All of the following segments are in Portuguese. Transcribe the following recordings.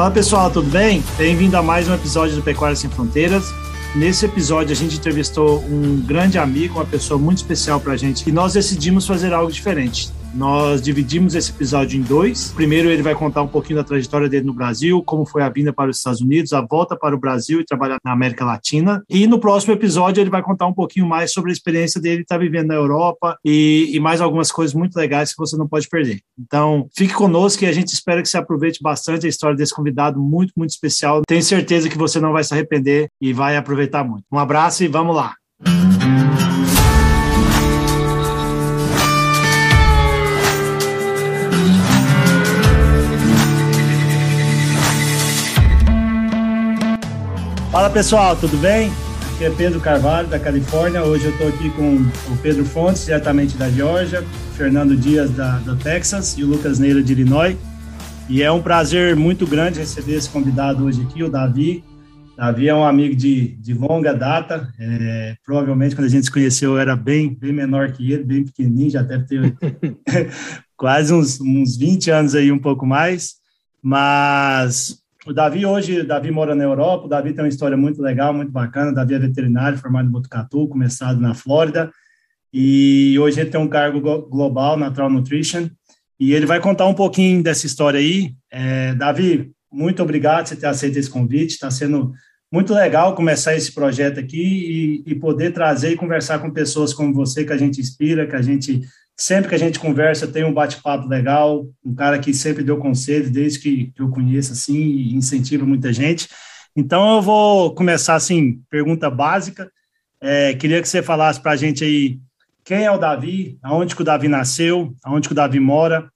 Fala pessoal, tudo bem? Bem-vindo a mais um episódio do Pecuária Sem Fronteiras. Nesse episódio a gente entrevistou um grande amigo, uma pessoa muito especial para a gente, e nós decidimos fazer algo diferente. Nós dividimos esse episódio em dois. Primeiro ele vai contar um pouquinho da trajetória dele no Brasil, como foi a vinda para os Estados Unidos, a volta para o Brasil e trabalhar na América Latina. E no próximo episódio ele vai contar um pouquinho mais sobre a experiência dele estar vivendo na Europa e mais algumas coisas muito legais que você não pode perder. Então fique conosco e a gente espera que você aproveite bastante a história desse convidado muito, muito especial. Tenho certeza que você não vai se arrepender e vai aproveitar muito. Um abraço e vamos lá! Fala pessoal, tudo bem? Aqui é Pedro Carvalho, da Califórnia. Hoje eu estou aqui com o Pedro Fontes, diretamente da Geórgia, o Fernando Dias, do Texas, e o Lucas Neira, de Illinois. E é um prazer muito grande receber esse convidado hoje aqui, o Davi. Davi é um amigo de longa data. Provavelmente, quando a gente se conheceu, eu era bem menor que ele, bem pequenininho, já deve ter quase uns 20 anos aí, um pouco mais. Mas o Davi mora na Europa. O Davi tem uma história muito legal, muito bacana. O Davi é veterinário, formado em Botucatu, começado na Flórida. E hoje ele tem um cargo global na Tral Nutrition. E ele vai contar um pouquinho dessa história aí. Davi, muito obrigado por você ter aceito esse convite. Está sendo muito legal começar esse projeto aqui e poder trazer e conversar com pessoas como você, que a gente inspira, sempre que a gente conversa tem um bate-papo legal, um cara que sempre deu conselhos desde que eu conheço, assim, e incentiva muita gente. Então eu vou começar, assim, pergunta básica. Queria que você falasse para a gente aí quem é o Davi, aonde que o Davi nasceu, aonde que o Davi mora,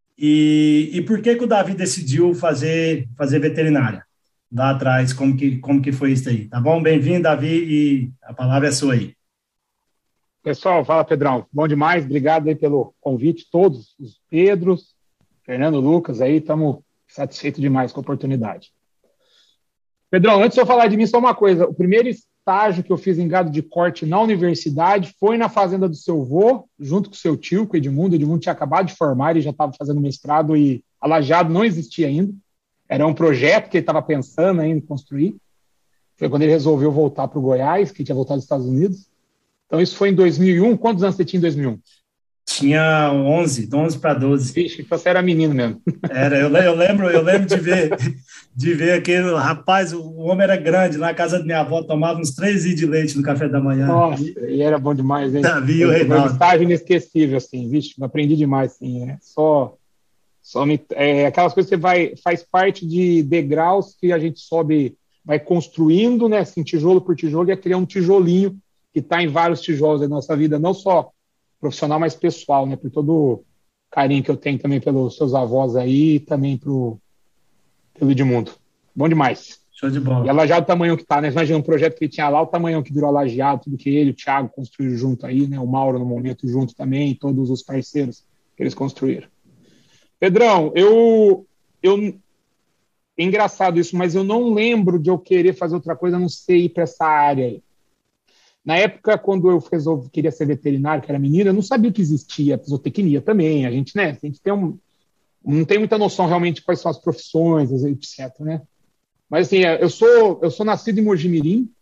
e por que o Davi decidiu fazer veterinária lá atrás, como que foi isso aí, tá bom? Bem-vindo, Davi, e a palavra é sua aí. Pessoal, fala Pedrão, bom demais, obrigado aí pelo convite, todos os Pedros, Fernando, Lucas, aí estamos satisfeitos demais com a oportunidade. Pedrão, antes de eu falar de mim, só uma coisa, o primeiro estágio que eu fiz em gado de corte na universidade foi na fazenda do seu avô, junto com o seu tio, com o Edmundo tinha acabado de formar, ele já estava fazendo mestrado e a Lajeado não existia ainda, era um projeto que ele estava pensando ainda em construir, foi quando ele resolveu voltar para o Goiás, que tinha voltado dos Estados Unidos. Então, isso foi em 2001. Quantos anos você tinha em 2001? Tinha 11 para 12. Vixe, então você era menino mesmo. Eu lembro de ver aquele rapaz, o homem era grande, na casa da minha avó, tomava uns 3 litros de leite no café da manhã. Nossa, e era bom demais, hein? Davi e o Reinaldo. Foi um estágio inesquecível, assim, vixe, aprendi demais, assim, aquelas coisas que você faz parte de degraus que a gente sobe, vai construindo, né, assim, tijolo por tijolo, e é criar um tijolinho que está em vários tijolos da nossa vida, não só profissional, mas pessoal, né? Por todo o carinho que eu tenho também pelos seus avós aí e também pelo Edmundo. Bom demais. Show de bola. E a Lajeado, o tamanho que tá, né? Imagina um projeto que ele tinha lá, o tamanho que virou a Lajeado, tudo que ele, o Thiago construíram junto aí, né? O Mauro, no momento, junto também, todos os parceiros que eles construíram. Pedrão, é engraçado isso, mas eu não lembro de eu querer fazer outra coisa, a não sei ir para essa área aí. Na época, quando eu queria ser veterinário, que era menina, eu não sabia que existia zootecnia também. A gente não tem muita noção realmente de quais são as profissões, etc., né? Mas, assim, eu sou nascido em Mojimirim.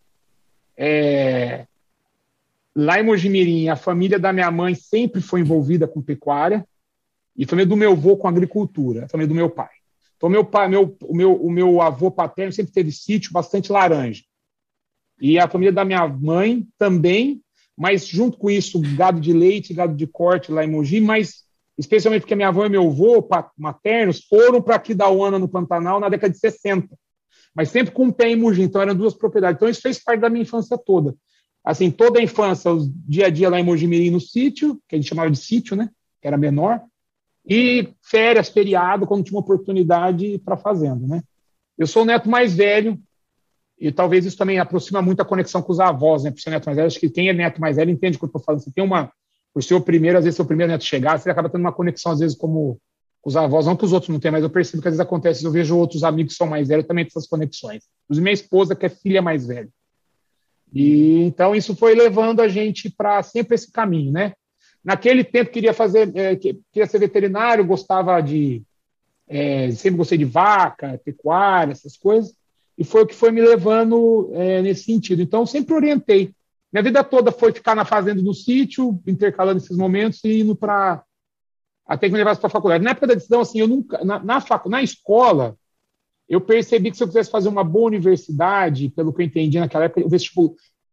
Lá em Mojimirim, a família da minha mãe sempre foi envolvida com pecuária e a família do meu avô com agricultura, a família do meu pai. Então, o meu avô paterno sempre teve sítio, bastante laranja. E a família da minha mãe também, mas junto com isso, gado de leite, gado de corte lá em Mogi, mas especialmente porque minha avó e meu avô maternos foram para Aquidauana, no Pantanal, na década de 60. Mas sempre com um pé em Mogi, então eram 2 propriedades. Então isso fez parte da minha infância toda. Assim, toda a infância, o dia a dia lá em Mojimirim no sítio, que a gente chamava de sítio, né? Que era menor, e férias, feriado, quando tinha uma oportunidade para a fazenda, né? Eu sou o neto mais velho, e talvez isso também aproxima muito a conexão com os avós, né? Por ser neto mais velho, acho que quem é neto mais velho entende o que eu estou falando. Você tem por ser o primeiro, às vezes, seu primeiro neto chegar, você acaba tendo uma conexão, às vezes, como os avós, não que os outros não tenham, mas eu percebo que às vezes acontece, eu vejo outros amigos que são mais velhos também ter essas conexões. Inclusive minha esposa, que é filha mais velha. E então isso foi levando a gente para sempre esse caminho, né? Naquele tempo queria ser veterinário, gostava de sempre gostei de vaca, pecuária, essas coisas, e foi o que foi me levando nesse sentido. Então, sempre orientei. Minha vida toda foi ficar na fazenda do sítio, intercalando esses momentos e indo para até que me levasse para a faculdade. Na época da decisão, assim, eu nunca na escola, eu percebi que se eu quisesse fazer uma boa universidade, pelo que eu entendi naquela época, o vestibular,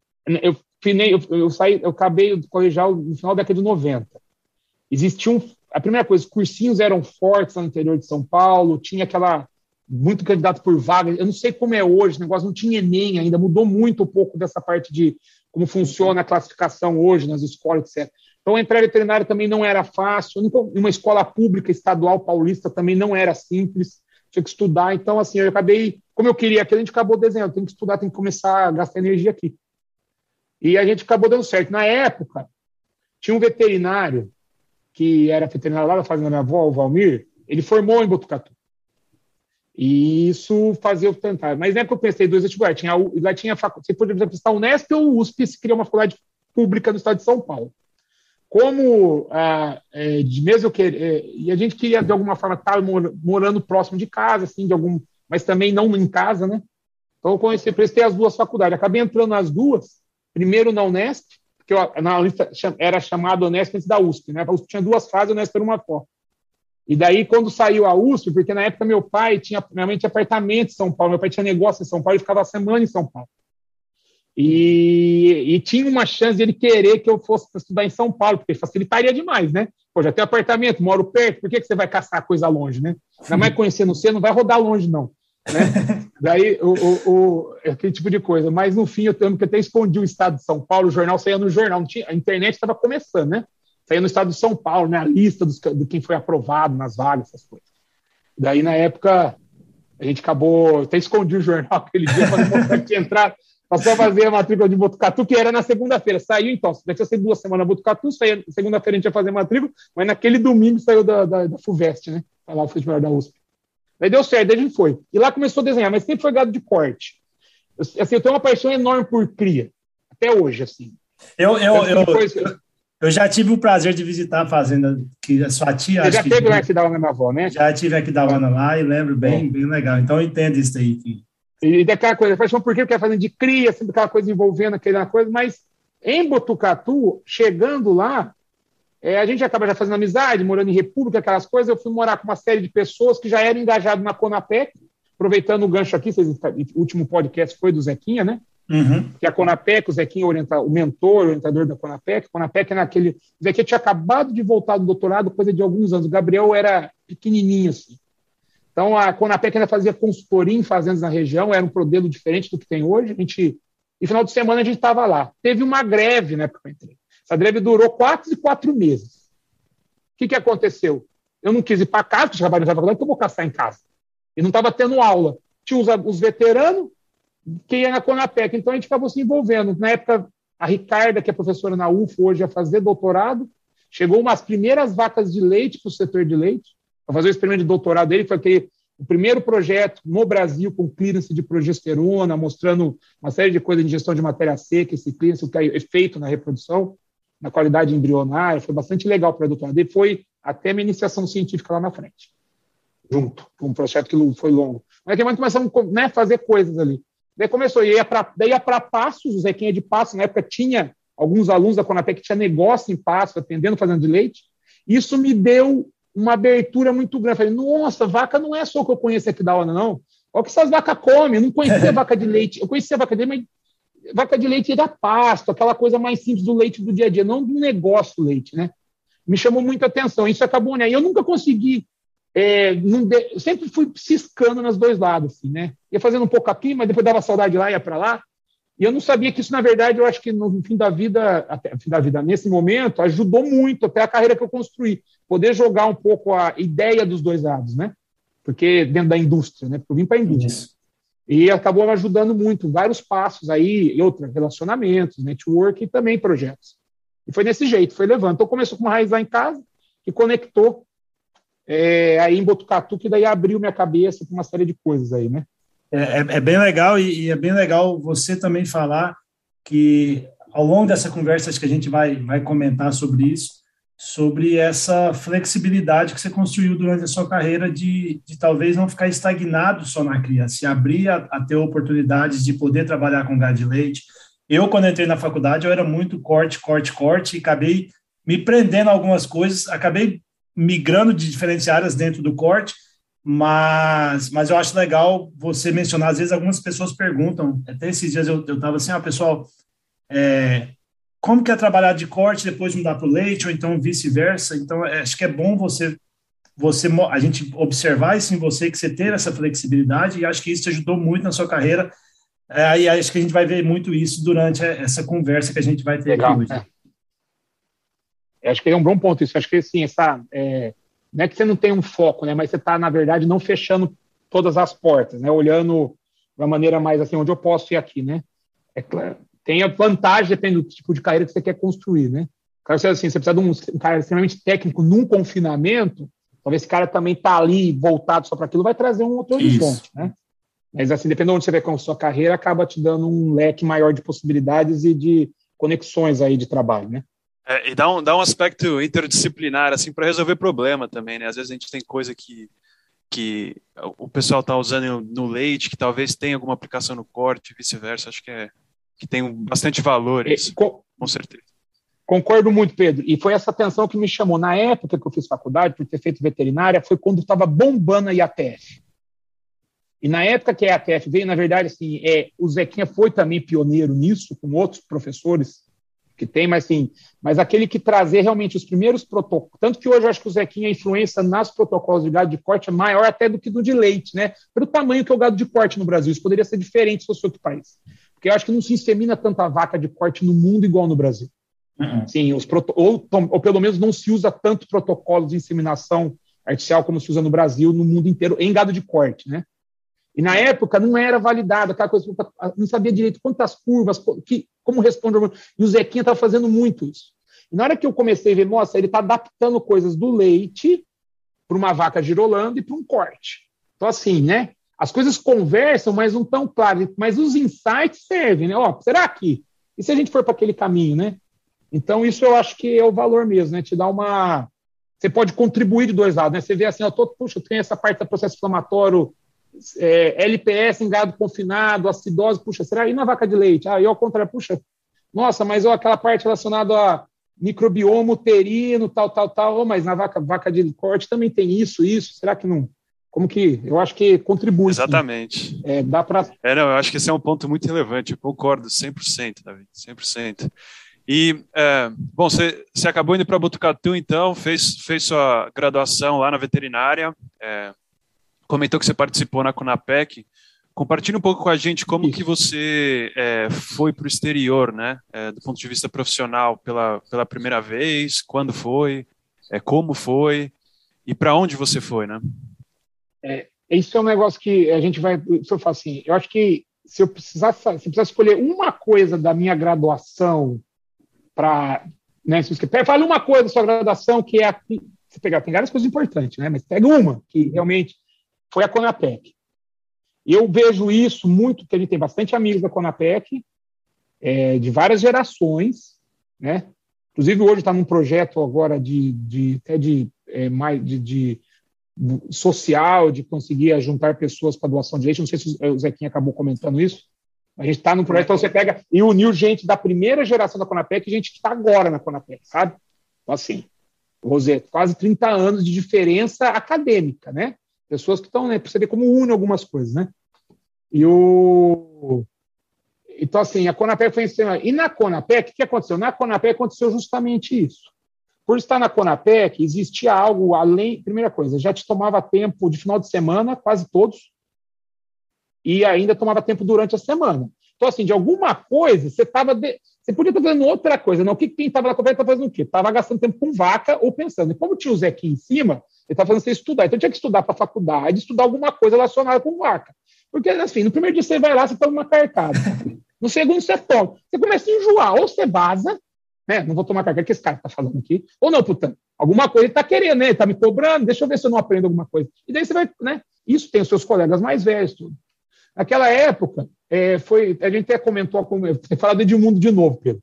eu acabei o colegial no final da década de 90. A primeira coisa, os cursinhos eram fortes no interior de São Paulo, tinha muito candidato por vaga. Eu não sei como é hoje, o negócio não tinha Enem ainda, mudou muito um pouco dessa parte de como funciona a classificação hoje nas escolas, etc. Então, entrar em veterinário também não era fácil, uma escola pública estadual paulista também não era simples, tinha que estudar. Então, assim, eu acabei, como eu queria aquilo, a gente acabou desenhando, tem que estudar, tem que começar a gastar energia aqui. E a gente acabou dando certo. Na época, tinha um veterinário, que era veterinário lá da fazenda da minha avó, o Valmir, ele formou em Botucatu. E isso fazia eu tentar. Mas na época eu pensei, dois vestibulares, lá tinha faculdade, você podia prestar Unesp ou USP se queria uma faculdade pública no estado de São Paulo. Como, mesmo e a gente queria, de alguma forma, estar morando próximo de casa, assim, mas também não em casa, né? Então eu prestei as duas faculdades. Acabei entrando nas duas, primeiro na Unesp, porque na lista era chamada Unesp antes da USP, né? A USP tinha duas fases, a Unesp era uma só. E daí, quando saiu a USP, porque na época minha mãe tinha apartamento em São Paulo, meu pai tinha negócio em São Paulo, ele ficava a semana em São Paulo. E tinha uma chance de ele querer que eu fosse estudar em São Paulo, porque facilitaria demais, né? Pô, já tem apartamento, moro perto, por que você vai caçar coisa longe, né? Ainda mais conhecendo você, não vai rodar longe, não. Né? Daí, aquele tipo de coisa. Mas, no fim, eu lembro que até escondi o estado de São Paulo, o jornal saía no jornal, a internet estava começando, né? Saía no estado de São Paulo, né? A lista de quem foi aprovado nas vagas, essas coisas. Daí, na época, a gente acabou, até escondi o jornal aquele dia para mostrar que tinha entrado. Passou a fazer a matrícula de Botucatu, que era na segunda-feira. Saiu, então, deve ser 2 semanas na Botucatu, segunda-feira a gente ia fazer a matrícula, mas naquele domingo saiu da FUVEST, né? Lá o festival da USP. Daí deu certo, daí a gente foi. E lá começou a desenhar, mas sempre foi gado de corte. Eu tenho uma paixão enorme por cria, até hoje, assim. Eu já tive o prazer de visitar a fazenda que a sua tia... Você já teve lá que dava na minha avó, né? Já tive aqui da Ana lá e lembro bem legal. Então eu entendo isso aí, filho. E daquela coisa, paixão por quê? Porque é fazenda de cria, sempre aquela coisa envolvendo aquela coisa, mas em Botucatu, chegando lá, a gente acaba já fazendo amizade, morando em república, aquelas coisas. Eu fui morar com uma série de pessoas que já eram engajadas na Conapec, aproveitando o gancho aqui, o último podcast foi do Zequinha, né? Uhum. Que a Conapec, o Zequinha o mentor, o orientador da Conapec. Conapec é o Zequinha tinha acabado de voltar do doutorado, coisa de alguns anos. O Gabriel era pequenininho, assim. Então, a Conapec ainda fazia consultoria em fazendas na região, era um modelo diferente do que tem hoje. E final de semana a gente estava lá. Teve uma greve, né, que eu entrei. Essa greve durou 4 meses. O que aconteceu? Eu não quis ir para casa, porque eu trabalhava na faculdade, que eu vou caçar em casa. E não estava tendo aula. Tinha os veteranos que iam na Conapec. Então, a gente acabou se envolvendo. Na época, a Ricarda, que é professora na UFO, hoje ia fazer doutorado, chegou umas primeiras vacas de leite para o setor de leite, para fazer o experimento de doutorado dele, foi o primeiro projeto no Brasil com clearance de progesterona, mostrando uma série de coisas de ingestão de matéria seca, esse clearance, o que é efeito na reprodução, na qualidade embrionária, foi bastante legal para o doutorado dele, foi até minha iniciação científica lá na frente, junto, um projeto que foi longo. Mas nós começamos a fazer coisas ali. Daí começou, ia para Passos, o Zequinha de Passos, na época tinha alguns alunos da Conapec que tinha negócio em Passos, atendendo, fazendo de leite. Isso me deu uma abertura muito grande. Eu falei, nossa, vaca não é só o que eu conheço aqui da hora, não. Olha o que essas vacas comem. Eu não conhecia vaca de leite. Eu conhecia vaca de leite, mas vaca de leite era pasto, aquela coisa mais simples do leite do dia a dia, não do negócio do leite, né? Me chamou muita atenção. Isso acabou, né? E eu nunca consegui... eu sempre fui ciscando nos dois lados, assim, né? Ia fazendo um pouco aqui, mas depois dava saudade lá, ia para lá. E eu não sabia que isso, na verdade, eu acho que no fim da vida, nesse momento, ajudou muito até a carreira que eu construí. Poder jogar um pouco a ideia dos dois lados, né? Porque dentro da indústria, né? Porque eu vim para a indústria. Isso. E acabou me ajudando muito, vários passos aí, relacionamentos, network e também projetos. E foi desse jeito, foi levando. Então começou com uma raiz lá em casa e conectou aí em Botucatu, que daí abriu minha cabeça para uma série de coisas aí, né? É bem legal e é bem legal você também falar que ao longo dessa conversa, acho que a gente vai comentar sobre isso, sobre essa flexibilidade que você construiu durante a sua carreira de talvez não ficar estagnado só na cria, se abrir a ter oportunidades de poder trabalhar com gado de leite. Eu, quando entrei na faculdade, eu era muito corte, corte, corte, e acabei me prendendo a algumas coisas, acabei migrando de diferentes áreas dentro do corte, mas eu acho legal você mencionar, às vezes algumas pessoas perguntam, até esses dias eu estava assim, pessoal, como que é trabalhar de corte depois de mudar para o leite, ou então vice-versa. Então, acho que é bom a gente observar isso em você, que você ter essa flexibilidade, e acho que isso te ajudou muito na sua carreira. E acho que a gente vai ver muito isso durante essa conversa que a gente vai ter Legal, aqui hoje. Acho que é um bom ponto isso. Acho que assim, não é que você não tem um foco, né? Mas você está, na verdade, não fechando todas as portas, né? Olhando de uma maneira mais assim, onde eu posso ir aqui, né? É claro. Tem a vantagem, depende do tipo de carreira que você quer construir, né? Claro que assim, você precisa de um cara extremamente técnico num confinamento, talvez esse cara também está ali voltado só para aquilo, vai trazer um outro horizonte, né? Mas assim, dependendo de onde você vai com a sua carreira, acaba te dando um leque maior de possibilidades e de conexões aí de trabalho, né? E dá um aspecto interdisciplinar, assim, para resolver problema também, né? Às vezes a gente tem coisa que o pessoal está usando no leite, que talvez tenha alguma aplicação no corte, e vice-versa. Acho que tem bastante valor isso, com certeza. Concordo muito, Pedro. E foi essa atenção que me chamou. Na época que eu fiz faculdade, por ter feito veterinária, foi quando estava bombando a IATF. E na época que a IATF veio, na verdade, assim, o Zequinha foi também pioneiro nisso, com outros professores que tem, mas aquele que trazer realmente os primeiros protocolos. Tanto que hoje eu acho que o Zequinha, a influência nas protocolos de gado de corte é maior até do que do de leite, né? Pelo tamanho que é o gado de corte no Brasil. Isso poderia ser diferente se fosse outro país. Porque eu acho que não se insemina tanta vaca de corte no mundo igual no Brasil. Sim, ou pelo menos não se usa tanto protocolo de inseminação artificial como se usa no Brasil, no mundo inteiro, em gado de corte, né? E na época não era validado, aquela coisa, não sabia direito quantas curvas, como responde. E o Zequinha estava fazendo muito isso. E na hora que eu comecei a ver, nossa, ele está adaptando coisas do leite para uma vaca girolando e para um corte. Então, assim, né? As coisas conversam, mas não estão claras. Mas os insights servem, né? Será que? E se a gente for para aquele caminho, né? Então, isso eu acho que é o valor mesmo, né? Te dá uma... Você pode contribuir de dois lados, né? Você vê assim, puxa, tem essa parte do processo inflamatório, LPS em gado confinado, acidose, puxa, será? E na vaca de leite? E ao contrário, puxa, nossa, mas aquela parte relacionada a microbioma uterino, tal, mas na vaca de corte também tem isso, será que não? Como que, eu acho que contribui. Exatamente. Dá para... eu acho que esse é um ponto muito relevante, eu concordo 100%, David, 100%. E, bom, você acabou indo para Botucatu, então, fez sua graduação lá na veterinária, comentou que você participou na CONAPEC. Compartilhe um pouco com a gente como que você foi para o exterior, né? Do ponto de vista profissional, pela primeira vez, quando foi, como foi e para onde você foi, né? Isso é um negócio que a gente vai... Se eu falo assim, eu acho que se eu precisar escolher uma coisa da minha graduação para... Né, fale uma coisa da sua graduação que é... Você pegar, tem várias coisas importantes, né? Mas pega uma que realmente... foi a CONAPEC. Eu vejo isso muito, porque a gente tem bastante amigos da CONAPEC, de várias gerações, né? Inclusive, hoje está num projeto agora de social, de conseguir juntar pessoas para doação de leite. Não sei se o Zequinha acabou comentando isso. A gente está num projeto, então você pega e uniu gente da primeira geração da CONAPEC e gente que está agora na CONAPEC, sabe? Então, assim, Roseta, quase 30 anos de diferença acadêmica, né? Pessoas que estão, né, para você ver como une algumas coisas, né? Então, assim, a CONAPEC foi ensinando. E na CONAPEC, o que aconteceu? Na CONAPEC aconteceu justamente isso. Por estar na CONAPEC, existia algo além... Primeira coisa, já te tomava tempo de final de semana, quase todos, e ainda tomava tempo durante a semana. Então, assim, de alguma coisa, você podia estar fazendo outra coisa. Não, quem estava na CONAPEC estava fazendo o quê? Estava gastando tempo com vaca ou pensando. E como tinha o Zé aqui em cima, ele estava fazendo você estudar. Então, tinha que estudar para a faculdade, estudar alguma coisa relacionada com vaca. Porque, assim, no primeiro dia você vai lá, você toma uma carcada. No segundo, você toma. Você começa a enjoar. Ou você vaza, né? Não vou tomar carcada, que esse cara está falando aqui. Ou não, puta, alguma coisa ele está querendo, né? Ele está me cobrando, deixa eu ver se eu não aprendo alguma coisa. E daí você vai, né? Isso tem os seus colegas mais velhos, tudo. Naquela época, a gente até comentou, falado de Edmundo de novo, Pedro.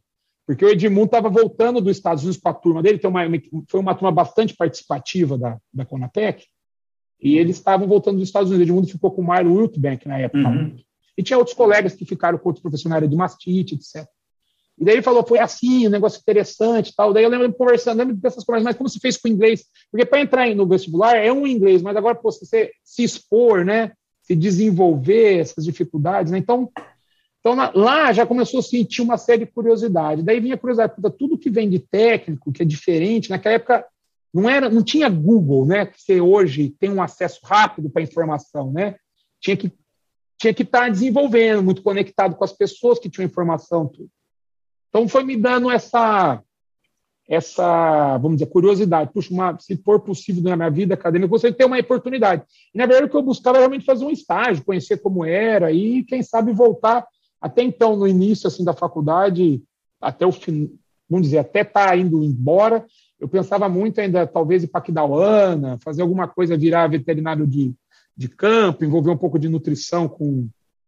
porque o Edmundo estava voltando dos Estados Unidos com a turma dele, foi uma turma bastante participativa da Conapec, e eles estavam voltando dos Estados Unidos. O Edmundo ficou com o Marlon Wiltbank na época. E tinha outros colegas que ficaram com outros professores na área de mastite, etc. E daí ele falou, foi assim, um negócio interessante e tal. Daí eu lembro dessas conversas, mas como se fez com o inglês? Porque para entrar no vestibular é um inglês, mas agora, pô, você se expor, né? Se desenvolver essas dificuldades, né? Então lá já começou a sentir uma série de curiosidade. Daí vinha a curiosidade, tudo que vem de técnico, que é diferente, naquela época não tinha Google, né? Que você hoje tem um acesso rápido para a informação, né? Tinha que estar desenvolvendo, muito conectado com as pessoas que tinham informação, tudo. Então, foi me dando essa, vamos dizer, curiosidade. Puxa, se for possível na minha vida acadêmica, eu gostaria de ter uma oportunidade. E, na verdade, o que eu buscava era realmente fazer um estágio, conhecer como era e, quem sabe, voltar. Até então, no início assim, da faculdade, até o fim, vamos dizer, até estar indo embora, eu pensava muito ainda, talvez, ir para Aquidauana, fazer alguma coisa, virar veterinário de campo, envolver um pouco de nutrição com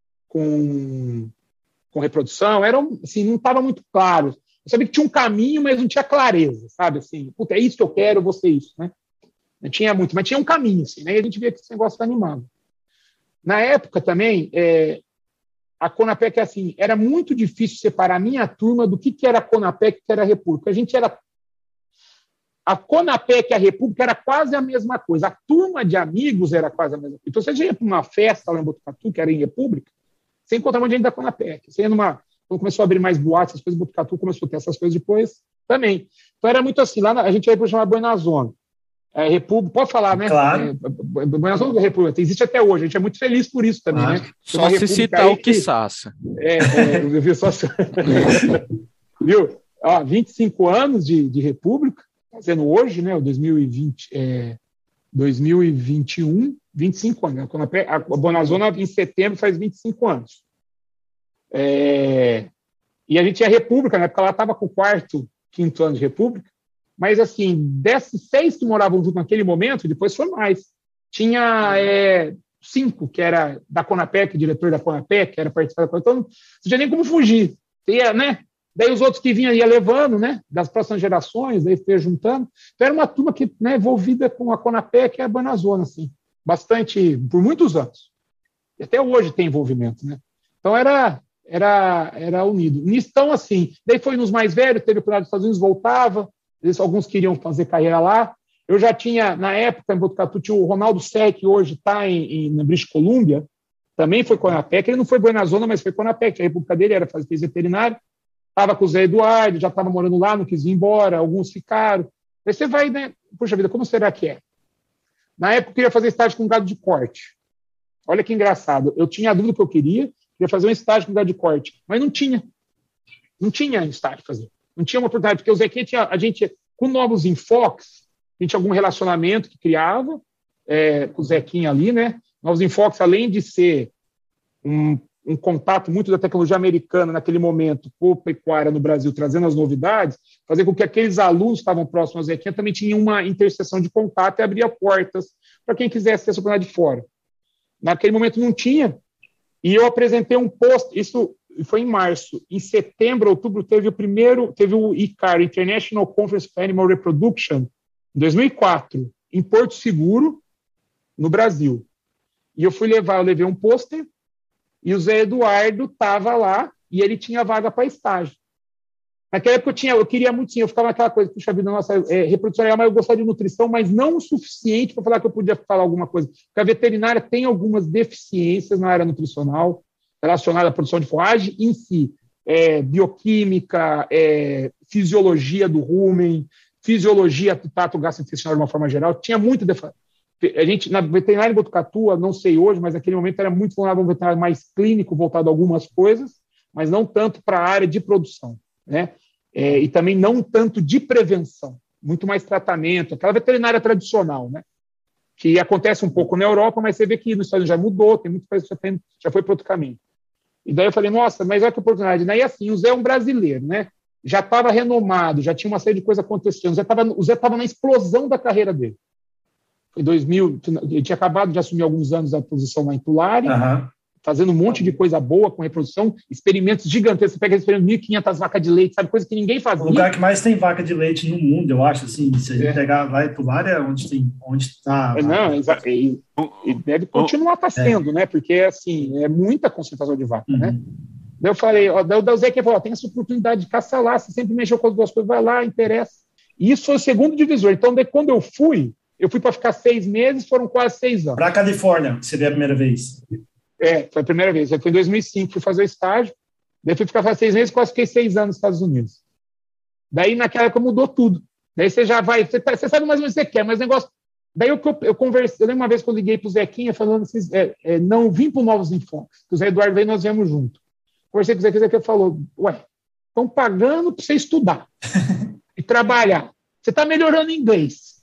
reprodução, assim, não estava muito claro. Eu sabia que tinha um caminho, mas não tinha clareza, sabe? Assim, puta, é isso que eu quero, eu vou ser isso, né? Não tinha muito, mas tinha um caminho, assim, né? E a gente via que esse negócio animado. Na época também, a Conapec, assim, era muito difícil separar a minha turma do que era a Conapec e o que era a República. A Conapec e a República era quase a mesma coisa. A turma de amigos era quase a mesma coisa. Então, você ia para uma festa lá em Botucatu, que era em República, você encontrava um monte de gente da Conapec. Você ia quando começou a abrir mais boates, as coisas, Botucatu começou a ter essas coisas depois também. Então, era muito assim. Lá a gente ia para chamar Boi na Zona. República, pode falar, né? Claro. Boi na Zona da República. Existe até hoje. A gente é muito feliz por isso também, né? Só se citar o Quissaça. Eu vi só... Viu? 25 anos de República, fazendo hoje, né? O 2021, 25 anos. A Bonazona, em setembro, faz 25 anos. E a gente tinha República, na época ela estava com o quinto ano de República, mas, assim, desses 6 que moravam junto naquele momento, depois foi mais. Tinha 5, que era da Conapec, diretor da Conapec, que era participar da Conapec, então não tinha nem como fugir. Né? Daí os outros que vinham ia levando, né, das próximas gerações, daí foi juntando. Então era uma turma que, né, envolvida com a Conapec e a Bonazona, assim, bastante, por muitos anos. E até hoje tem envolvimento, né? Então era unido. Então, assim, daí foi nos mais velhos, teve o oportunidade dos Estados Unidos, voltava, alguns queriam fazer carreira lá. Eu já tinha, na época, em Botucatu, tinha o Ronaldo Sec, que hoje está na British Columbia, também foi Conapec, ele não foi Bonazona, mas foi Conapec, a república dele era fazer veterinário. Estava com o Zé Eduardo, já estava morando lá, não quis ir embora, alguns ficaram. Aí você vai, né? Puxa vida, como será que é? Na época, eu queria fazer estágio com gado de corte. Olha que engraçado. Eu tinha a dúvida que eu queria fazer um estágio com gado de corte, mas não tinha. Não tinha estágio para fazer. Não tinha uma oportunidade, porque o Zequinha a gente, com novos enfoques, a gente tinha algum relacionamento que criava com o Zequinha ali, né? Novos enfoques, além de ser um contato muito da tecnologia americana naquele momento com a pecuária no Brasil, trazendo as novidades, fazer com que aqueles alunos que estavam próximos ao Zequinha também tinham uma interseção de contato e abria portas para quem quisesse ter essa oportunidade de fora. Naquele momento não tinha, e eu apresentei um post, isso foi em março. Em setembro, outubro, teve o ICAR, International Conference for Animal Reproduction, em 2004, em Porto Seguro, no Brasil. E eu levei um pôster, e o Zé Eduardo estava lá e ele tinha vaga para estágio. Naquela época eu queria muito, sim, eu ficava naquela coisa, puxa vida, nossa, reprodução legal, mas eu gostaria de nutrição, mas não o suficiente para falar que eu podia falar alguma coisa. Porque a veterinária tem algumas deficiências na área nutricional relacionada à produção de forragem em si. Bioquímica, fisiologia do rumen, fisiologia do trato gastrointestinal de uma forma geral, tinha muito a gente, na veterinária em Botucatu, não sei hoje, mas naquele momento era muito voltado a um veterinário mais clínico, voltado a algumas coisas, mas não tanto para a área de produção, né? E também não tanto de prevenção, muito mais tratamento, aquela veterinária tradicional, né? Que acontece um pouco na Europa, mas você vê que nos Estados Unidos já mudou, tem muito coisa que já foi para outro caminho. E daí eu falei, nossa, mas olha que oportunidade. Daí assim, o Zé é um brasileiro, né? Já estava renomado, já tinha uma série de coisas acontecendo, o Zé estava na explosão da carreira dele. Em 2000, ele tinha acabado de assumir alguns anos a posição lá em Tulare, fazendo um monte de coisa boa com reprodução, experimentos gigantescos. Você pega experimentos 1.500 vacas de leite, sabe? Coisa que ninguém fazia. O lugar que mais tem vaca de leite no mundo, eu acho, assim, se a gente pegar, vai para o área onde está... E deve continuar sendo, né? Porque, assim, é muita concentração de vaca, né? Daí eu falei, o Zé que falou, tem essa oportunidade de caçar lá, você sempre mexeu com as duas coisas, vai lá, interessa. E isso foi o segundo divisor. Então, daí, quando eu fui para ficar 6 meses, foram quase 6 anos. Para a Califórnia, que seria a primeira vez. Foi a primeira vez. Foi em 2005, fui fazer o estágio, daí fui ficar 6 meses, quase fiquei 6 anos nos Estados Unidos. Daí, naquela época, mudou tudo. Daí você já vai, você sabe mais ou menos o que você quer, mas o negócio... Daí eu conversei, eu lembro uma vez que eu liguei para o Zequinha, falando assim, não vim para o Novos Enfoques, que o Zé Eduardo veio e nós viemos junto. Conversei com o Zequinha falou, estão pagando para você estudar e trabalhar. Você está melhorando inglês.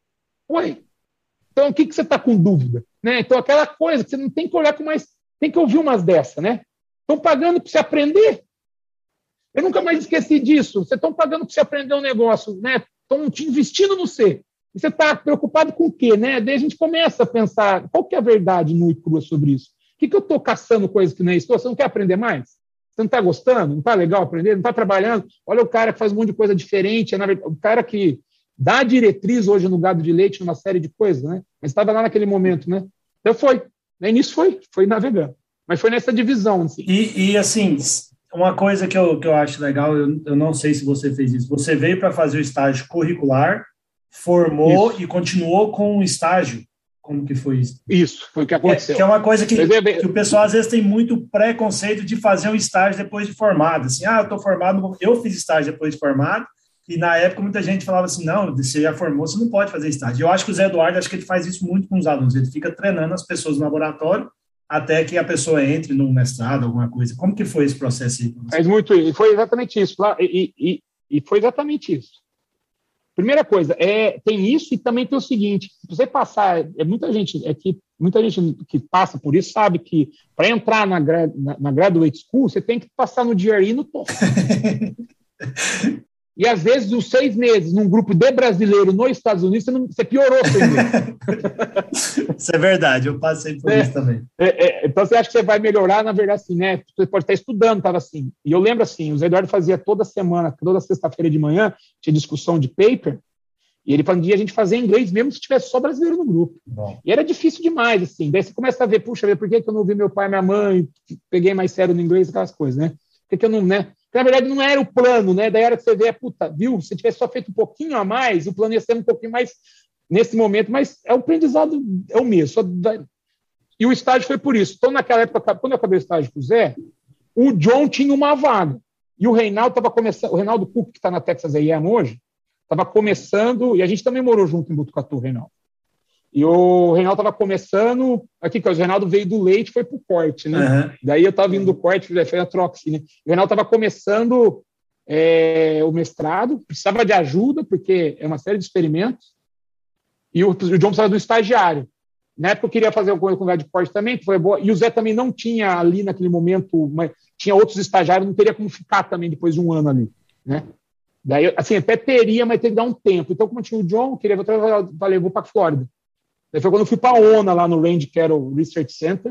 Então o que você está com dúvida? Né? Então aquela coisa que você não tem que olhar com mais... Tem que ouvir umas dessas, né? Estão pagando para você aprender. Eu nunca mais esqueci disso. Vocês estão pagando para você aprender um negócio, né? Estão te investindo no você. E você está preocupado com o quê, né? Daí a gente começa a pensar, qual que é a verdade nua e crua sobre isso? O que eu estou caçando coisas que não é isso? Você não quer aprender mais? Você não está gostando? Não está legal aprender? Não está trabalhando? Olha o cara que faz um monte de coisa diferente. O cara que dá diretriz hoje no gado de leite, numa série de coisas, né? Mas estava lá naquele momento, né? Então foi. No início foi navegando. Mas foi nessa divisão. Assim. E assim, uma coisa que eu acho legal, eu não sei se você fez isso, você veio para fazer o estágio curricular, formou e continuou com o estágio. Como que foi isso? Isso, foi o que aconteceu. Que é uma coisa que o pessoal às vezes tem muito preconceito de fazer um estágio depois de formado. Assim, eu estou formado, eu fiz estágio depois de formado, e na época muita gente falava assim, não, você já formou, você não pode fazer estágio. Eu acho que o Zé Eduardo, acho que ele faz isso muito com os alunos, ele fica treinando as pessoas no laboratório até que a pessoa entre no mestrado, alguma coisa. Como que foi esse processo aí? Faz muito isso, foi exatamente isso. E foi exatamente isso. Primeira coisa, tem isso e também tem o seguinte, se você passar, muita gente que passa por isso sabe que para entrar na Graduate School, você tem que passar no GRE e no TOEFL. E às vezes, os 6 meses num grupo de brasileiro nos Estados Unidos, você piorou 6 meses. Isso é verdade, eu passei por isso também. Então você acha que você vai melhorar, na verdade, assim, né? Você pode estar estudando, estava assim. E eu lembro assim, o Zé Eduardo fazia toda semana, toda sexta-feira de manhã, tinha discussão de paper, e ele falava a gente fazia inglês mesmo se tivesse só brasileiro no grupo. Bom. E era difícil demais, assim. Daí você começa a ver, puxa, por que eu não ouvi meu pai e minha mãe, peguei mais sério no inglês, aquelas coisas, né? Por que eu não, né? Porque, na verdade, não era o plano, né? Daí a hora que você vê, viu? Se tivesse só feito um pouquinho a mais, o plano ia ser um pouquinho mais nesse momento, mas o aprendizado é o mesmo. E o estágio foi por isso. Então, naquela época, quando eu acabei o estágio com o Zé, o John tinha uma vaga. E o Reinaldo estava começando, o Reinaldo Cook, que está na Texas A&M hoje, estava começando, e a gente também morou junto em Botucatu, Reinaldo. E o Reinaldo estava começando, aqui, que o Reinaldo veio do leite, foi para o corte, né? Uhum. Daí eu estava vindo do corte, foi a troca, assim, né? O Reinaldo estava começando o mestrado, precisava de ajuda, porque é uma série de experimentos, e o John precisava do estagiário. Na época eu queria fazer alguma coisa com o de corte também, que foi boa, e o Zé também não tinha ali naquele momento, mas tinha outros estagiários, não teria como ficar também depois de um ano ali, né? Daí, assim, até teria, mas teria que dar um tempo. Então, como tinha o John, eu queria voltar, falei, vou para a Flórida. Daí foi quando eu fui para a ONA, lá no Range Cattle Research Center.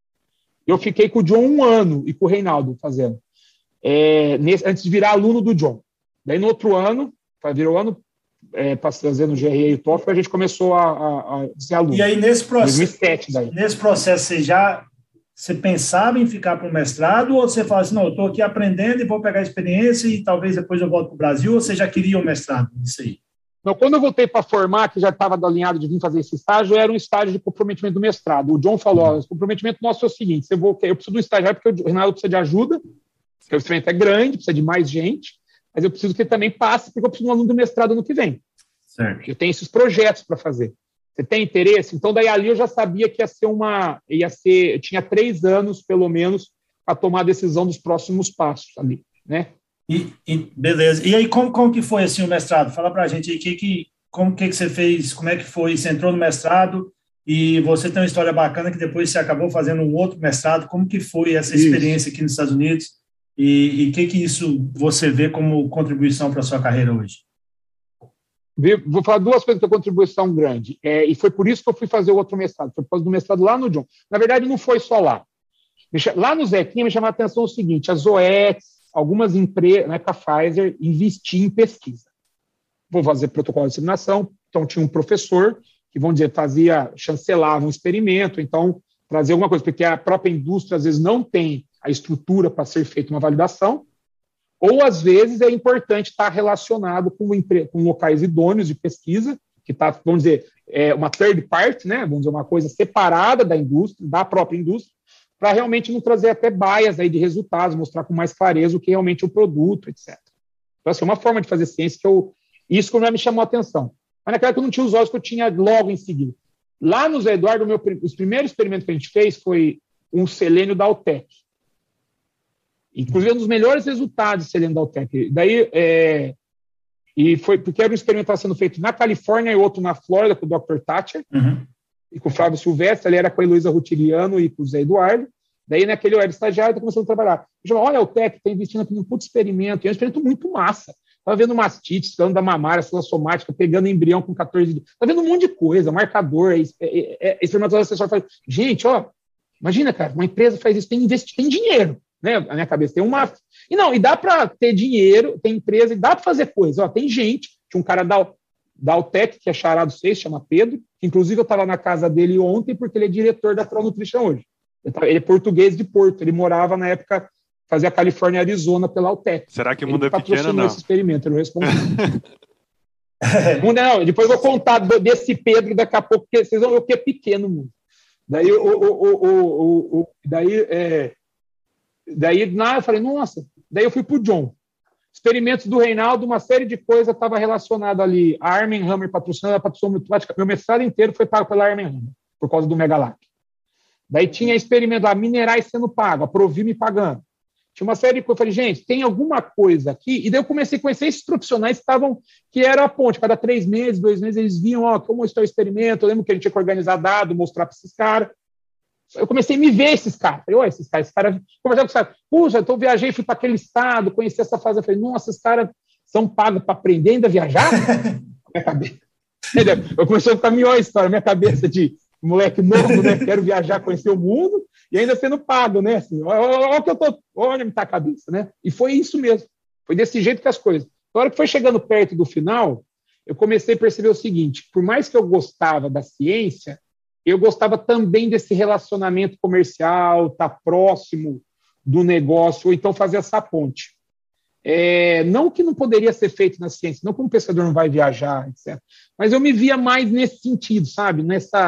Eu fiquei com o John 1 ano e com o Reinaldo fazendo. Antes de virar aluno do John. Daí no outro ano, virou ano, fazendo o GRE e o TOEFL, a gente começou a ser aluno. E aí nesse processo, 2007, daí. Nesse processo você pensava em ficar para o mestrado ou você fala assim, não, eu estou aqui aprendendo e vou pegar a experiência e talvez depois eu volto para o Brasil, ou você já queria o mestrado? Isso aí. Então, quando eu voltei para formar, que já estava alinhado de vir fazer esse estágio, era um estágio de comprometimento do mestrado. O John falou, o comprometimento nosso é o seguinte, eu preciso de um estagiário porque o Reinaldo precisa de ajuda, porque o experimento é grande, precisa de mais gente, mas eu preciso que ele também passe, porque eu preciso de um aluno do mestrado ano que vem. Certo. Eu tenho esses projetos para fazer. Você tem interesse? Então, daí ali eu já sabia que eu tinha 3 anos, pelo menos, para tomar a decisão dos próximos passos ali, né? Beleza. E aí, como que foi assim o mestrado? Fala para a gente aí como que você fez, como é que foi? Você entrou no mestrado e você tem uma história bacana que depois você acabou fazendo um outro mestrado. Como que foi essa experiência aqui nos Estados Unidos? E o que isso você vê como contribuição para a sua carreira hoje? Vou falar 2 coisas que contribuição grande. E foi por isso que eu fui fazer o outro mestrado. Foi por causa do mestrado lá no John. Na verdade, não foi só lá. Lá no Zequinha me chamou a atenção o seguinte, as OETs, algumas empresas, na época a Pfizer, investiam em pesquisa. Vou fazer protocolo de disseminação, então tinha um professor que, vamos dizer, chancelava um experimento, então trazer alguma coisa, porque a própria indústria às vezes não tem a estrutura para ser feita uma validação, ou às vezes é importante estar relacionado com locais idôneos de pesquisa, que está, vamos dizer, uma third party, né? Vamos dizer, uma coisa separada da indústria, da própria indústria, para realmente não trazer até bias aí de resultados, mostrar com mais clareza o que realmente é o produto, etc. Então, assim, é uma forma de fazer ciência isso que já me chamou a atenção. Mas naquela época eu não tinha os olhos que eu tinha logo em seguida. Lá no Zé Eduardo, os primeiros experimentos que a gente fez foi um selênio da Altec. Inclusive, um dos melhores resultados de selênio da Altec. Daí, e foi porque era um experimento que estava sendo feito na Califórnia e outro na Flórida com o Dr. Thatcher, e com o Flávio Silvestre, ele era com a Heloísa Rutiliano e com o Zé Eduardo. Daí, naquele eu era estagiário, está começando a trabalhar. Eu falei, olha, a Altec está investindo aqui num puto experimento, e é um experimento muito massa. Estava vendo mastite, escândalo da mamária, célula somática, pegando embrião com 14 dias. Está vendo um monte de coisa, marcador, espermatozoide acessório. Falei, gente, ó, imagina, cara, uma empresa faz isso, tem dinheiro, né? Na minha cabeça tem uma... E dá para ter dinheiro, tem empresa, e dá para fazer coisa. Ó, tem gente, tinha um cara da Altec, que é charado 6, chama Pedro, que inclusive eu estava na casa dele ontem, porque ele é diretor da Pro Nutrition hoje. Ele é português de Porto, ele morava na época... fazia Califórnia e Arizona pela Altec. Será que o mundo é pequeno, não? Esse experimento, ele não respondeu. Não, depois eu vou contar desse Pedro daqui a pouco, porque vocês vão ver o que é pequeno, mundo. Daí, eu falei, nossa. Daí eu fui para o John. Experimentos do Reinaldo, uma série de coisas estava relacionada ali. A Arm & Hammer patrocinando, meu mestrado inteiro foi pago pela Arm & Hammer, por causa do Megalac. Daí tinha experimento lá, minerais sendo pago, a Provi me pagando. Tinha uma série de coisas. Eu falei, gente, tem alguma coisa aqui? E daí eu comecei a conhecer esses profissionais que era a ponte. Cada 3 meses, 2 meses, eles vinham, como está o experimento. Eu lembro que a gente tinha que organizar dado, mostrar para esses caras. Eu comecei a me ver esses caras. Falei, esses caras, conversar com os caras. Puxa, então viajei, fui para aquele estado, conheci essa fase. Eu falei, nossa, esses caras são pagos para aprender ainda viajar? Minha cabeça. Eu comecei a ficar melhor a história, minha cabeça de moleque novo, né? Quero viajar, conhecer o mundo. E ainda sendo pago, né? Assim, olha me tá a cabeça, né? E foi isso mesmo. Foi desse jeito que as coisas. Na hora que foi chegando perto do final, eu comecei a perceber o seguinte: por mais que eu gostava da ciência, eu gostava também desse relacionamento comercial, estar próximo do negócio, ou então fazer essa ponte. Não que não poderia ser feito na ciência, não como o pesquisador não vai viajar, etc. Mas eu me via mais nesse sentido, sabe?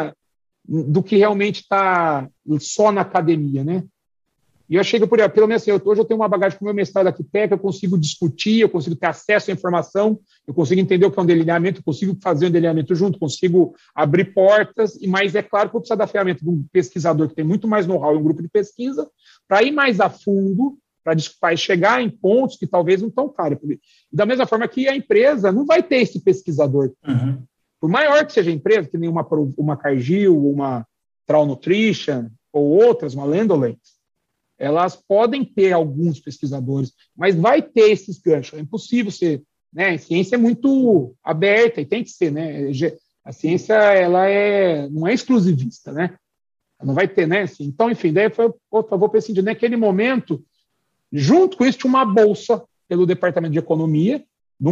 Do que realmente está só na academia, né? E eu chego pelo menos assim, hoje eu tenho uma bagagem com o meu mestrado aqui técnico, eu consigo discutir, eu consigo ter acesso à informação, eu consigo entender o que é um delineamento, eu consigo fazer um delineamento junto, consigo abrir portas, mas é claro que eu preciso da ferramenta de um pesquisador que tem muito mais know-how em um grupo de pesquisa, para ir mais a fundo, para chegar em pontos que talvez não estão claros. E da mesma forma que a empresa não vai ter esse pesquisador. Por maior que seja a empresa, que nem uma Cargill, uma Trau Nutrition, ou outras, uma Lendolens, elas podem ter alguns pesquisadores, mas vai ter esses ganchos. É impossível ser, né? A ciência é muito aberta e tem que ser, né? A ciência, ela não é exclusivista, né? Ela não vai ter, né? Assim, então, enfim, daí vou prescindir. Naquele momento, junto com isso, tinha uma bolsa pelo Departamento de Economia, do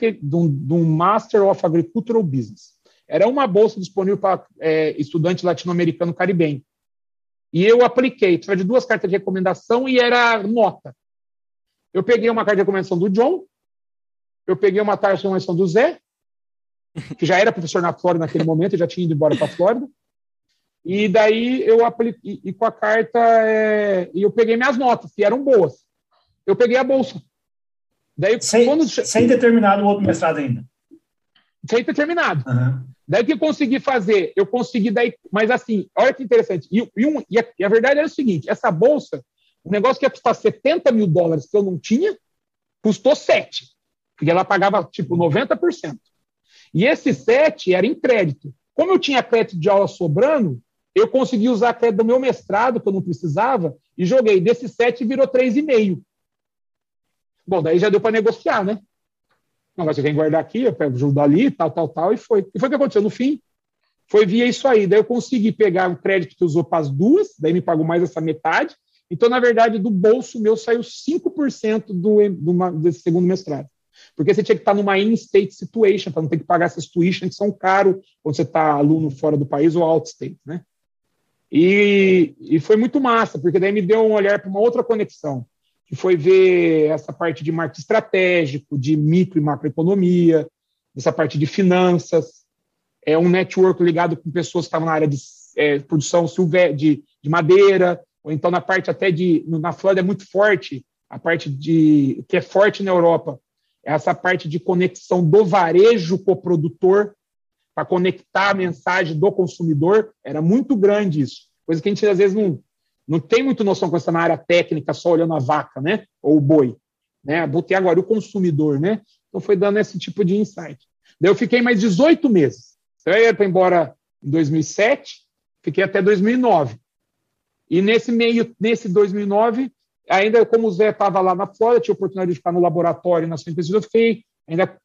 Master of Agricultural Business. Era uma bolsa disponível para estudante latino-americano caribenho. E eu apliquei, precisava de 2 cartas de recomendação e era nota. Eu peguei uma carta de recomendação do John, eu peguei uma carta de recomendação do Zé, que já era professor na Flórida naquele momento, eu já tinha ido embora para a Flórida, e daí eu apliquei, e com a carta, e eu peguei minhas notas, que eram boas. Eu peguei a bolsa. Daí, sem ter terminado o outro mestrado ainda. Sem ter terminado. Daí o que eu consegui fazer? Eu consegui daí, mas assim, olha que interessante. E a verdade era o seguinte: essa bolsa, um negócio que ia custar $70 mil que eu não tinha, custou 7, porque ela pagava tipo 90%. E esse 7 era em crédito. Como eu tinha crédito de aula sobrando, eu consegui usar crédito do meu mestrado, que eu não precisava, e joguei. Desse 7 virou 3,5. Bom, daí já deu para negociar, né? Não, você vem guardar aqui, eu pego ajuda ali, tal, e foi. E foi o que aconteceu. No fim, foi via isso aí. Daí eu consegui pegar um crédito que usou para as 2, daí me pagou mais essa metade, Então, na verdade, do bolso meu saiu 5% desse segundo mestrado. Porque você tinha que estar numa in-state situation, para não ter que pagar essas tuitions que são caros quando você está aluno fora do país ou out-state, né? E foi muito massa, porque daí me deu um olhar para uma outra conexão, que foi ver essa parte de marketing estratégico, de micro e macroeconomia, essa parte de finanças, um network ligado com pessoas que estavam na área de produção de madeira, ou então na parte até na Flórida é muito forte, a parte que é forte na Europa, essa parte de conexão do varejo com o produtor, para conectar a mensagem do consumidor, era muito grande isso. Coisa que a gente, às vezes, não tem muita noção quando está na área técnica, só olhando a vaca, né? Ou o boi. Né? Botei agora o consumidor, né? Então, foi dando esse tipo de insight. Daí eu fiquei mais 18 meses. Eu ia para embora em 2007, fiquei até 2009. E nesse 2009, ainda como o Zé estava lá na Flórida, tinha a oportunidade de ficar no laboratório, na sua pesquisa, eu fiquei ainda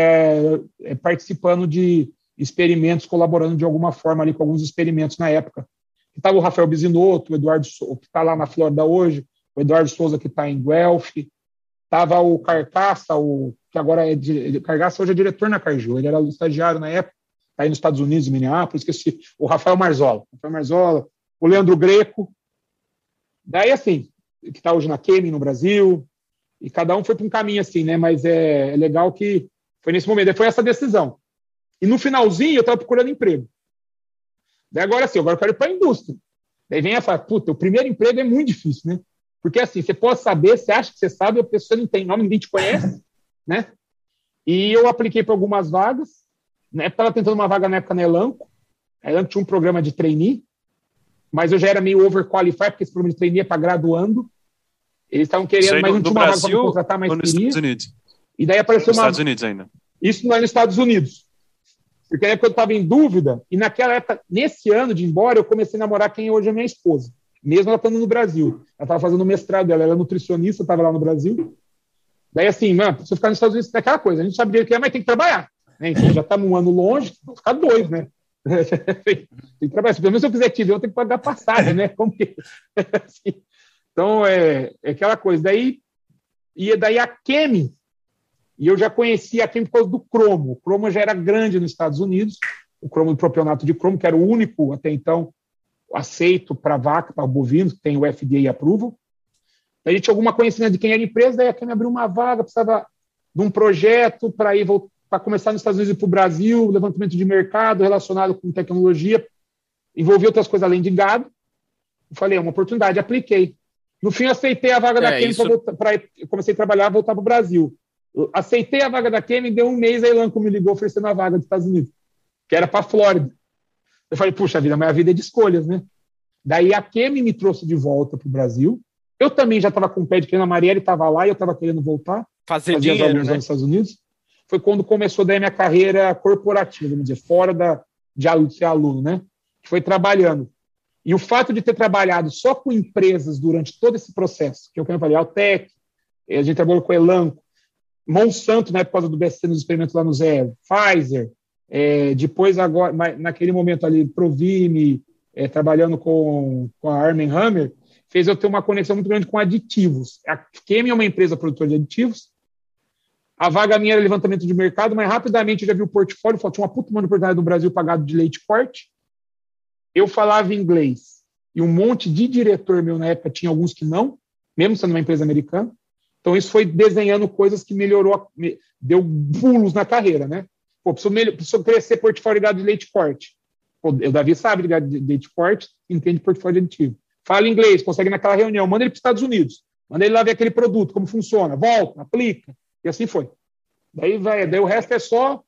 participando de experimentos, colaborando de alguma forma ali com alguns experimentos na época. Estava o Rafael Bisinotto, o Eduardo Souza, que está lá na Flórida hoje, o Eduardo Souza, que está em Guelph, estava o Carcaça, que agora Carcaça hoje é diretor na Cargill, ele era estagiário na época, está aí nos Estados Unidos, em Minneapolis, esqueci, o Rafael Marzola, o Leandro Greco, daí assim, que está hoje na Kemin, no Brasil, e cada um foi para um caminho assim, né? Mas é legal que foi nesse momento, foi essa decisão. E no finalzinho eu estava procurando emprego. Daí agora assim, agora eu quero ir para a indústria. Daí vem a falar, puta, o primeiro emprego é muito difícil, né? Porque assim, você pode saber, você acha que você sabe, a pessoa não tem nome, ninguém te conhece, né? E eu apliquei para algumas vagas, né? Estava tentando uma vaga na época na Elanco. A Elanco tinha um programa de trainee, mas eu já era meio overqualified, porque esse programa de trainee é para graduando. Eles estavam querendo, mas não tinha uma vaga para me contratar, mas queria. Estados Unidos? E daí apareceu nos Estados Unidos ainda. Isso não é nos Estados Unidos. Porque na época eu estava em dúvida, e naquela época, nesse ano de ir embora, eu comecei a namorar quem hoje é minha esposa, mesmo ela estando no Brasil. Ela estava fazendo o mestrado dela, ela era nutricionista, estava lá no Brasil. Daí assim, mano, se eu ficar nos Estados Unidos, é aquela coisa, a gente sabe direito que é, mas tem que trabalhar. Né? Então, já estamos um ano longe, vou ficar 2, né? Tem que trabalhar. Pelo menos se eu quiser te ver, eu tenho que pagar passagem, né? Como que... assim. Então, é aquela coisa. Daí a Kemin, e eu já conhecia a Kemin por causa do cromo. O cromo já era grande nos Estados Unidos, o cromo do propionato de cromo, que era o único, até então, aceito para vaca, para bovino, que tem o FDA approval. Daí a gente tinha alguma conhecimento de quem era a empresa, daí a Kemin abriu uma vaga, precisava de um projeto para começar nos Estados Unidos e para o Brasil, levantamento de mercado relacionado com tecnologia, envolvia outras coisas além de gado. Eu falei, é uma oportunidade, apliquei. No fim, aceitei a vaga da Kemin, eu comecei a trabalhar, voltar para o Brasil. Eu aceitei a vaga da Kemin, deu um mês, a Elanco me ligou oferecendo a vaga dos Estados Unidos, que era para a Flórida. Eu falei, puxa vida, mas a vida é de escolhas, né? Daí a Kemin me trouxe de volta para o Brasil. Eu também já estava com o pé de querendo, a Marielle estava lá e eu estava querendo voltar. Fazer dinheiro, né? Nos Estados Unidos. Foi quando começou daí a minha carreira corporativa, vamos dizer, fora de ser aluno, né? Que foi trabalhando. E o fato de ter trabalhado só com empresas durante todo esse processo, que eu falei, Altec, a gente trabalhou com Elanco, Monsanto, na época do BSC, nos experimentos lá no Zé, Pfizer, depois agora, naquele momento ali, Provime, trabalhando com a Arm & Hammer, fez eu ter uma conexão muito grande com aditivos. A Kemin é uma empresa produtora de aditivos. A vaga minha era levantamento de mercado, mas rapidamente eu já vi o portfólio, tinha uma puta oportunidade no Brasil pagado de leite corte. Eu falava inglês e um monte de diretor meu na época tinha alguns que não, mesmo sendo uma empresa americana. Então isso foi desenhando coisas que melhorou, deu pulos na carreira, né? Pô, preciso crescer portfólio de leite corte. Pô, o Davi sabe de leite corte, entende portfólio de aditivo. Fala inglês, consegue naquela reunião, manda ele para os Estados Unidos, manda ele lá ver aquele produto, como funciona, volta, aplica. E assim foi. Daí o resto é só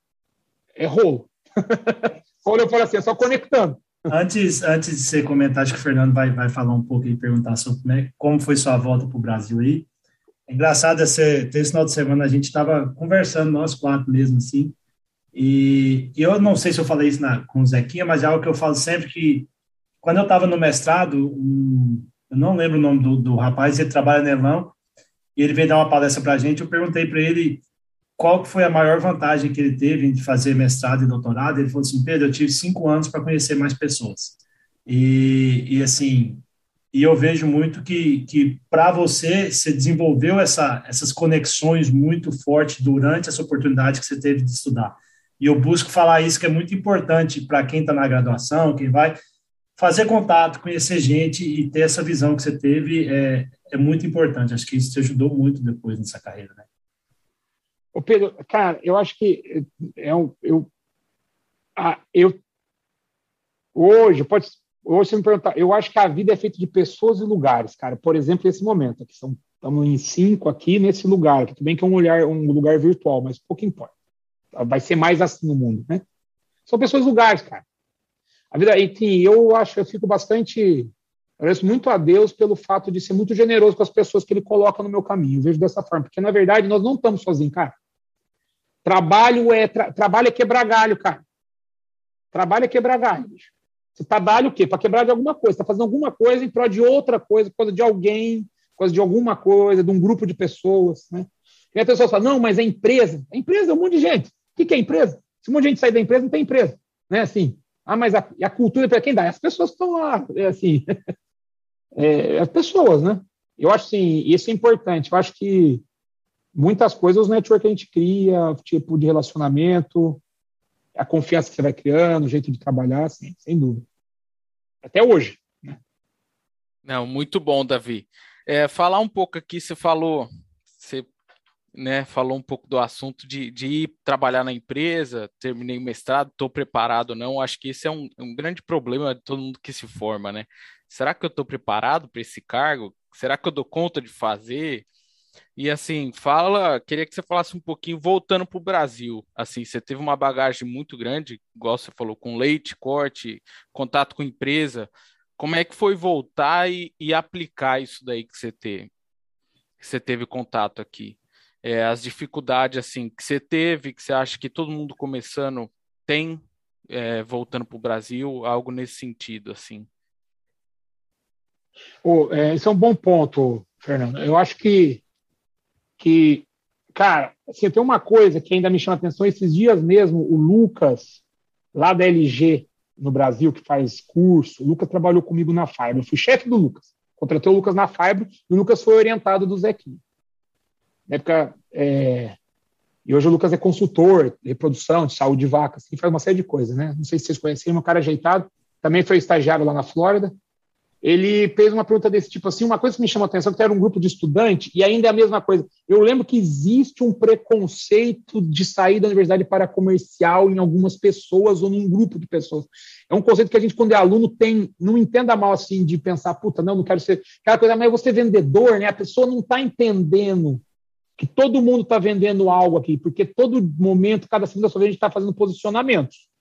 rolo. Rolo, eu falo assim, é só conectando. Antes de você comentar, acho que o Fernando vai falar um pouco e perguntar sobre como foi sua volta para o Brasil aí. É engraçado, esse final de semana a gente estava conversando, nós 4 mesmo, assim, e eu não sei se eu falei isso com o Zequinha, mas é algo que eu falo sempre, que quando eu estava no mestrado, eu não lembro o nome do rapaz, ele trabalha na Elanco, e ele veio dar uma palestra para a gente, eu perguntei para ele qual foi a maior vantagem que ele teve de fazer mestrado e doutorado. Ele falou assim, Pedro, eu tive 5 anos para conhecer mais pessoas. E assim, E eu vejo muito que para você desenvolveu essas conexões muito fortes durante essa oportunidade que você teve de estudar. E eu busco falar isso, que é muito importante para quem está na graduação, quem vai fazer contato, conhecer gente e ter essa visão que você teve é muito importante. Acho que isso te ajudou muito depois nessa carreira, né? Ô Pedro, cara, eu acho que hoje você me perguntar, eu acho que a vida é feita de pessoas e lugares, cara. Por exemplo, esse momento aqui, estamos em 5 aqui nesse lugar, que tudo bem que é um lugar virtual, mas pouco importa. Vai ser mais assim no mundo, né? São pessoas e lugares, cara. A vida, enfim, eu fico bastante, agradeço muito a Deus pelo fato de ser muito generoso com as pessoas que Ele coloca no meu caminho. Eu vejo dessa forma, porque na verdade nós não estamos sozinhos, cara. Trabalho é quebrar galho, cara. Trabalho é quebrar galho, bicho. Você trabalha o quê? Para quebrar de alguma coisa. Está fazendo alguma coisa em prol de outra coisa, coisa de alguém, coisa de alguma coisa, de um grupo de pessoas, né? E a pessoa fala, não, mas é empresa. É empresa, é um monte de gente. O que é empresa? Se um monte de gente sair da empresa, não tem empresa. Né? Assim, mas a cultura para quem dá? As pessoas que estão lá. Assim, as pessoas, né? Eu acho assim, isso é importante. Eu acho que muitas coisas, os network que a gente cria, tipo de relacionamento, a confiança que você vai criando, o jeito de trabalhar, assim, sem dúvida. Até hoje. Né? Não, muito bom, Davi. Falar um pouco aqui, você falou um pouco do assunto de ir trabalhar na empresa, terminei o mestrado, estou preparado ou não, acho que esse é um grande problema de todo mundo que se forma, né? Será que eu estou preparado para esse cargo? Será que eu dou conta de fazer? E assim, queria que você falasse um pouquinho, voltando para o Brasil, assim, você teve uma bagagem muito grande, igual você falou, com leite, corte, contato com empresa, como é que foi voltar e aplicar isso daí que você teve contato aqui? As dificuldades assim que você teve, que você acha que todo mundo começando tem, voltando para o Brasil, algo nesse sentido, assim. Esse é um bom ponto, Fernando. Eu acho que cara, assim, tem uma coisa que ainda me chama a atenção. Esses dias mesmo, o Lucas, lá da LG, no Brasil, que faz curso, o Lucas trabalhou comigo na Fibro. Eu fui chefe do Lucas. Contratei o Lucas na Fibro e o Lucas foi orientado do Zequinha. Na época, e hoje o Lucas é consultor de reprodução, de saúde de vacas, e faz uma série de coisas, né? Não sei se vocês conhecem, é um cara ajeitado, também foi estagiário lá na Flórida. Ele fez uma pergunta desse tipo assim, uma coisa que me chamou a atenção, que era um grupo de estudante, e ainda é a mesma coisa. Eu lembro que existe um preconceito de sair da universidade para comercial em algumas pessoas ou num grupo de pessoas. É um conceito que a gente, quando é aluno, não entenda mal assim, de pensar, puta, não quero ser... Aquela coisa, mas eu vou ser vendedor, né? A pessoa não está entendendo que todo mundo está vendendo algo aqui, porque todo momento, cada segundo da sua vida, a gente está fazendo posicionamentos.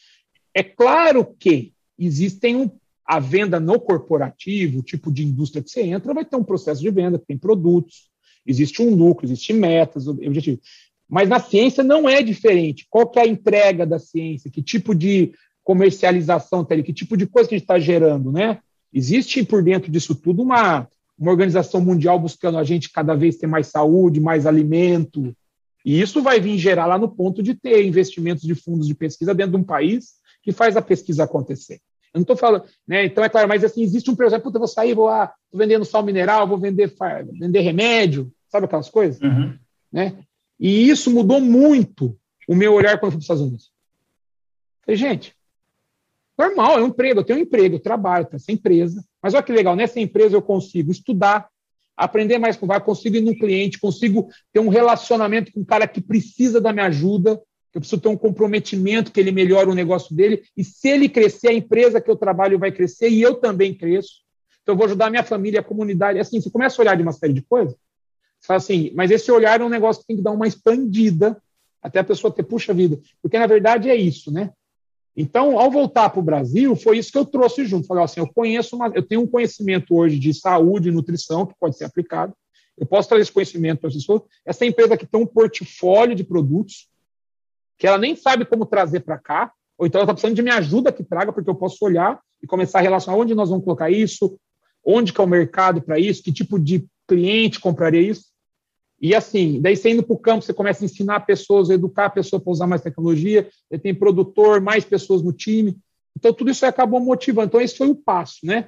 É claro que existem a venda no corporativo, o tipo de indústria que você entra, vai ter um processo de venda, tem produtos, existe um lucro, existe metas, objetivos. Mas na ciência não é diferente. Qual que é a entrega da ciência? Que tipo de comercialização tem ali? Que tipo de coisa que a gente está gerando, né? Existe por dentro disso tudo uma organização mundial buscando a gente cada vez ter mais saúde, mais alimento, e isso vai vir gerar lá no ponto de ter investimentos de fundos de pesquisa dentro de um país que faz a pesquisa acontecer. Eu não estou falando, né? Então é claro, mas assim, existe um projeto, puta, eu vou sair, vou vendendo sal mineral, vou vender remédio, sabe aquelas coisas? Uhum. Né? E isso mudou muito o meu olhar quando eu fui para os Estados Unidos. Falei, gente, normal, é um emprego, eu tenho um emprego, eu trabalho para essa empresa, mas olha que legal, nessa empresa eu consigo estudar, aprender mais com o consigo ir num cliente, consigo ter um relacionamento com um cara que precisa da minha ajuda, eu preciso ter um comprometimento que ele melhore o negócio dele, e se ele crescer, a empresa que eu trabalho vai crescer e eu também cresço. Então eu vou ajudar a minha família, a comunidade. Assim, você começa a olhar de uma série de coisas, você fala assim, mas esse olhar é um negócio que tem que dar uma expandida até a pessoa ter, puxa vida, porque na verdade é isso, né? Então, ao voltar para o Brasil, foi isso que eu trouxe junto. Falei assim, eu tenho um conhecimento hoje de saúde e nutrição que pode ser aplicado. Eu posso trazer esse conhecimento para as pessoas. Essa empresa aqui tem um portfólio de produtos que ela nem sabe como trazer para cá, ou então ela está precisando de minha ajuda que traga, porque eu posso olhar e começar a relacionar onde nós vamos colocar isso, onde que é o mercado para isso, que tipo de cliente compraria isso. E assim, daí você indo para o campo, você começa a ensinar pessoas, a educar a pessoa para usar mais tecnologia, você tem produtor, mais pessoas no time. Então, tudo isso acabou motivando. Então, esse foi o passo, né?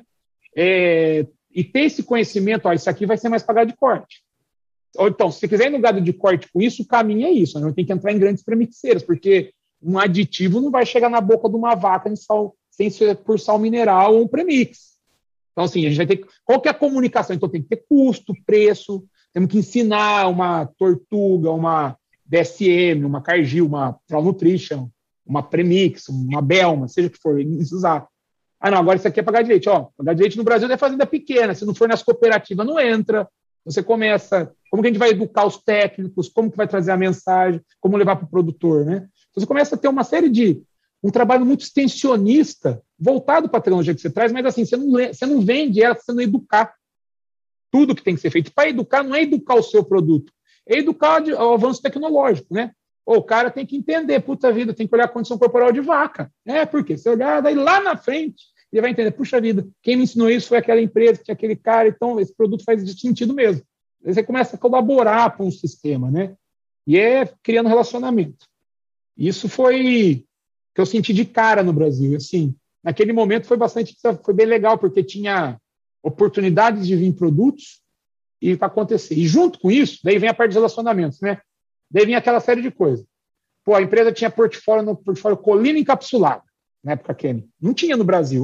E ter esse conhecimento, ó, isso aqui vai ser mais pagado de corte. Ou então, se você quiser ir no gado de corte com isso, o caminho é isso. A gente tem que entrar em grandes premixeiras, porque um aditivo não vai chegar na boca de uma vaca sem ser por sal mineral ou um premix. Então, assim, a gente vai ter. Qual que é a comunicação? Então, tem que ter custo, preço, temos que ensinar uma Tortuga, uma DSM, uma Cargill, uma Pro Nutrition, uma Premix, uma Belma, seja o que for, usar. Não, agora isso aqui é pagar de leite. Pagar de leite no Brasil é fazenda pequena, se não for nas cooperativas, não entra. Você começa, como que a gente vai educar os técnicos, como que vai trazer a mensagem, como levar para o produtor, né? Então, você começa a ter uma série de um trabalho muito extensionista, voltado para a tecnologia que você traz, mas assim, você não vende ela se você não educar tudo que tem que ser feito. Para educar, não é educar o seu produto, é educar o avanço tecnológico, né? O cara tem que entender, puta vida, tem que olhar a condição corporal de vaca. Porque se olhar daí lá na frente, ele vai entender, puxa vida, quem me ensinou isso foi aquela empresa, que tinha aquele cara, então esse produto faz sentido mesmo. Aí você começa a colaborar com o sistema, né? E criando relacionamento. Isso foi que eu senti de cara no Brasil. Assim, naquele momento foi bem legal, porque tinha oportunidades de vir produtos e para acontecer. E junto com isso, daí vem a parte de relacionamentos, né? Daí vem aquela série de coisas. A empresa tinha portfólio colina encapsulada, na época Kenny. Não tinha no Brasil.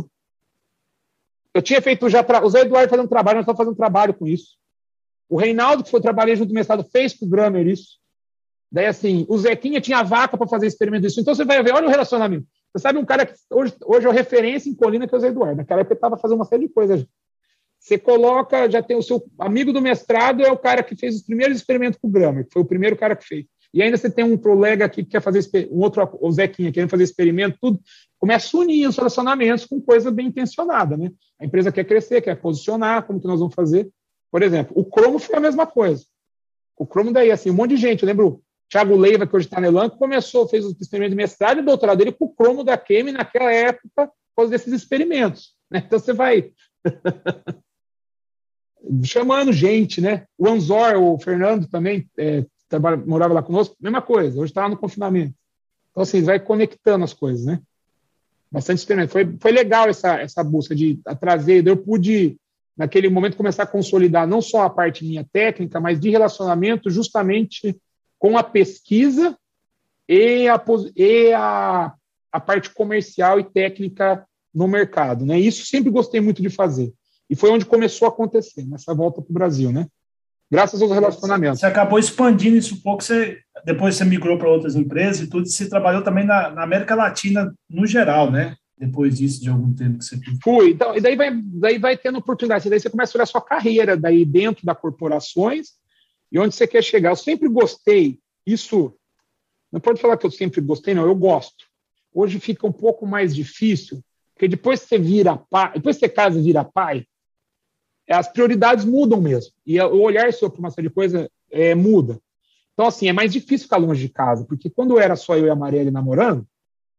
Eu tinha feito já o Zé Eduardo fazendo trabalho, nós estamos fazendo trabalho com isso. O Reinaldo, que foi trabalhar junto do mestrado, fez com o Grammer isso. Daí, assim, o Zequinha tinha vaca para fazer experimento disso. Então, você vai ver, olha o relacionamento. Você sabe um cara que hoje é referência em colina, que é o Zé Eduardo. Naquela época, ele estava fazendo uma série de coisas. Você coloca, já tem o seu amigo do mestrado, é o cara que fez os primeiros experimentos com o Grammer, que foi o primeiro cara que fez. E ainda você tem um colega aqui que quer fazer, um outro, o Zequinha, querendo fazer experimento, tudo. Começa a unir os relacionamentos com coisa bem intencionada, né? A empresa quer crescer, quer posicionar, como que nós vamos fazer? Por exemplo, o Cromo foi a mesma coisa. O Cromo daí, assim, um monte de gente, eu lembro, Thiago Leiva, que hoje está na Elanco, fez o experimento de mestrado e doutorado dele com o Cromo da Kemi naquela época, por causa desses experimentos, né? Então você vai chamando gente, né? O Anzor, o Fernando também morava lá conosco, mesma coisa, hoje está lá no confinamento. Então, assim, vai conectando as coisas, né? Bastante experimento. Foi legal essa busca de trazer, eu pude, naquele momento, começar a consolidar não só a parte minha técnica, mas de relacionamento justamente com a pesquisa e a parte comercial e técnica no mercado, né? Isso sempre gostei muito de fazer. E foi onde começou a acontecer, nessa volta para o Brasil, né? Graças aos relacionamentos. Você acabou expandindo isso um pouco, depois você migrou para outras empresas e tudo, e você trabalhou também na América Latina no geral, né? Depois disso, de algum tempo que você... Fui. Então, e daí vai tendo oportunidade. Daí você começa a olhar a sua carreira daí dentro das corporações e onde você quer chegar. Eu sempre gostei, isso... Não pode falar que eu sempre gostei, não. Eu gosto. Hoje fica um pouco mais difícil, porque depois que você vira pai, depois que você casa e vira pai, as prioridades mudam mesmo. E o olhar seu para uma série de coisas muda. Então, assim, é mais difícil ficar longe de casa, porque quando era só eu e a Marielle namorando,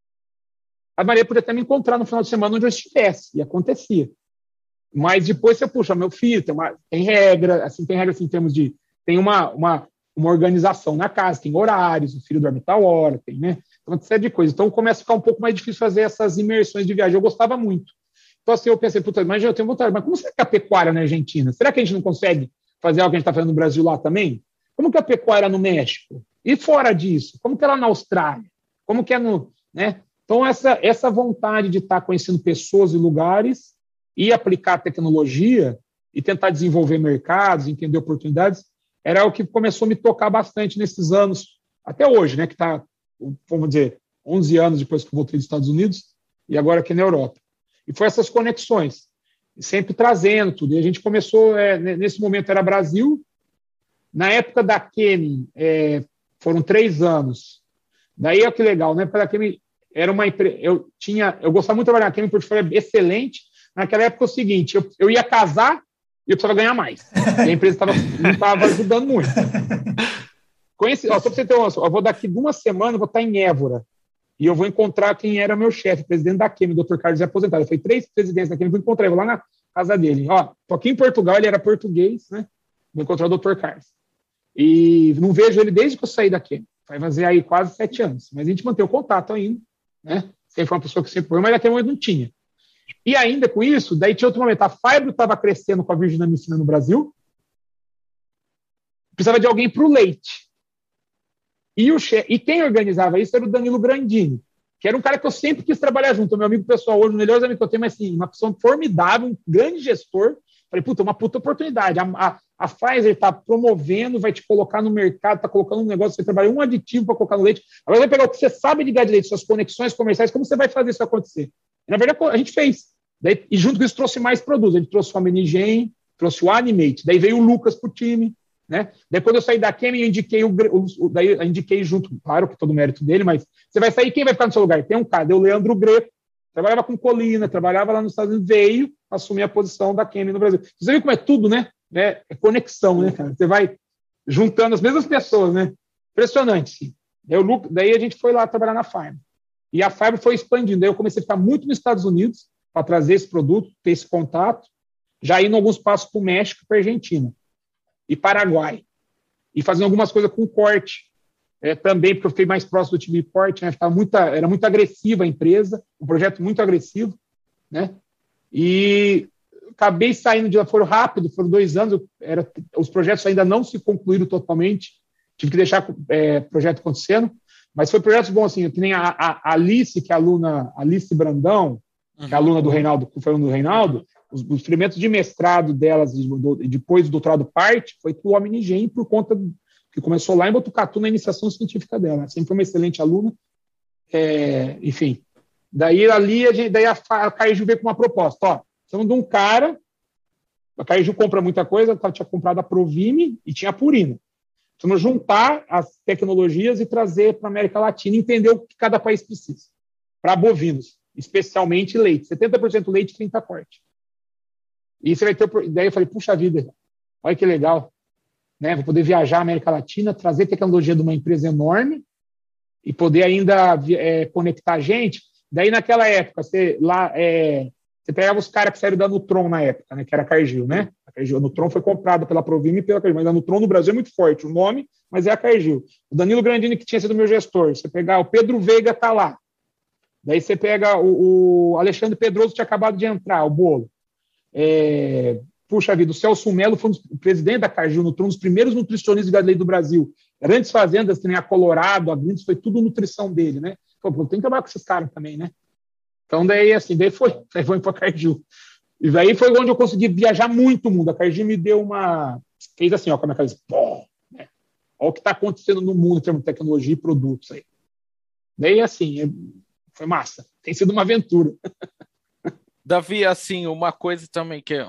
a Maria podia até me encontrar no final de semana onde eu estivesse, e acontecia. Mas depois você puxa, meu filho, tem regra, assim, em termos de... Tem uma organização na casa, tem horários, o filho dorme tal hora, tem, né? Então, uma série de coisas. Então, começa a ficar um pouco mais difícil fazer essas imersões de viagem. Eu gostava muito. Então, assim, eu pensei, puta, mas eu tenho vontade, mas como será que é a pecuária na Argentina? Será que a gente não consegue fazer algo que a gente está fazendo no Brasil lá também? Como que é a pecuária no México? E fora disso? Como que é lá na Austrália? Como que é no... né? Então, essa vontade de estar conhecendo pessoas e lugares e aplicar a tecnologia e tentar desenvolver mercados, entender oportunidades, era o que começou a me tocar bastante nesses anos, até hoje, né? Que está, vamos dizer, 11 anos depois que eu voltei dos Estados Unidos e agora aqui na Europa. E foi essas conexões, sempre trazendo tudo. E a gente começou, nesse momento era Brasil, na época da Kemi, foram 3 anos. Daí, olha que legal, na época da Kemi, era uma empresa, eu gostava muito de trabalhar na Kemi, o portfólio excelente. Naquela época, é o seguinte, eu ia casar e eu precisava ganhar mais. E a empresa não estava ajudando muito. Só para você ter uma, eu vou daqui de uma semana, vou estar em Évora. E eu vou encontrar quem era meu chefe, presidente da Kemi, o Dr. Carlos, é aposentado. Foi 3 presidentes da Kemi, vou encontrar, eu vou lá na casa dele. Tô aqui em Portugal, ele era português, né? Vou encontrar o Dr. Carlos. E não vejo ele desde que eu saí da Kemi. Vai fazer aí quase 7 anos. Mas a gente mantém o contato ainda, né? Sempre foi uma pessoa que sempre foi, mas naquele momento não tinha. E ainda com isso, daí tinha outro momento, a Fibro estava crescendo com a virginamicina no Brasil, precisava de alguém para o leite. E quem organizava isso era o Danilo Grandini, que era um cara que eu sempre quis trabalhar junto, meu amigo pessoal, hoje, o melhor amigo que eu tenho, mas assim, uma pessoa formidável, um grande gestor. Falei, puta, uma puta oportunidade. A Pfizer está promovendo, vai te colocar no mercado, está colocando um negócio, você trabalha um aditivo para colocar no leite, agora vai pegar o que você sabe de gado de leite, suas conexões comerciais, como você vai fazer isso acontecer? E, na verdade, a gente fez. Daí, e junto com isso trouxe mais produtos. A gente trouxe o Omnigen, trouxe o Animate, daí veio o Lucas para o time. Né? Daí, quando eu saí da Kemi, daí eu indiquei junto, claro que todo o mérito dele, mas você vai sair, quem vai ficar no seu lugar? Tem um cara, deu o Leandro Greco, trabalhava com Colina, trabalhava lá nos Estados Unidos, veio assumir a posição da Kemi no Brasil. Você viu como é tudo, né? É conexão, né, cara? Você vai juntando as mesmas pessoas, né? Impressionante, sim. Daí a gente foi lá trabalhar na Farm. E a Farm foi expandindo. Daí eu comecei a ficar muito nos Estados Unidos para trazer esse produto, ter esse contato, já indo alguns passos para o México e para a Argentina. E Paraguai. E fazendo algumas coisas com corte. Também, porque eu fiquei mais próximo do time de corte, né? Era muito agressiva a empresa, um projeto muito agressivo, né? E acabei saindo de lá, foram rápido, foram 2 anos, os projetos ainda não se concluíram totalmente, tive que deixar o projeto acontecendo, mas foi projetos bons, assim, que nem a Alice, que é a aluna, Alice Brandão, que é a aluna do Reinaldo, que foi do Reinaldo, os experimentos de mestrado delas, depois do doutorado parte, foi para o Omnigen, por conta que começou lá em Botucatu, na iniciação científica dela. Sempre foi uma excelente aluna. Enfim. Daí a Caiju veio com uma proposta. Ó, estamos de um cara, a Caiju compra muita coisa, ela tinha comprado a Provime e tinha a Purina. Precisamos juntar as tecnologias e trazer para a América Latina, entender o que cada país precisa. Para bovinos, especialmente leite. 70% leite, 30% corte. E você vai ter. Daí eu falei, puxa vida, olha que legal. Né? Vou poder viajar à América Latina, trazer tecnologia de uma empresa enorme e poder ainda conectar a gente. Daí, naquela época, você pegava os caras que saíram da Nutron na época, né? Que era a Cargill, né? A Nutron foi comprada pela Provime e pela Cargill, mas a Nutron no Brasil é muito forte, o nome, mas é a Cargill. O Danilo Grandini, que tinha sido meu gestor, você pegar o Pedro Veiga, tá lá. Daí você pega o Alexandre Pedroso, tinha acabado de entrar, o Bolo. Puxa vida, o Celso Melo foi o presidente da Cargill Nutron, um dos primeiros nutricionistas de gado de leite do Brasil. Grandes fazendas, tem a Colorado, a Grindes, foi tudo nutrição dele, né? Pô, tem que trabalhar com esses caras também, né? Então, daí foi para a Cargill. E daí foi onde eu consegui viajar muito o mundo. A Cargill me deu fez assim, ó, com a minha cabeça, pô, né? Olha o que está acontecendo no mundo em termos de tecnologia e produtos aí. Daí, assim, foi massa. Tem sido uma aventura. Davi, assim, uma coisa também que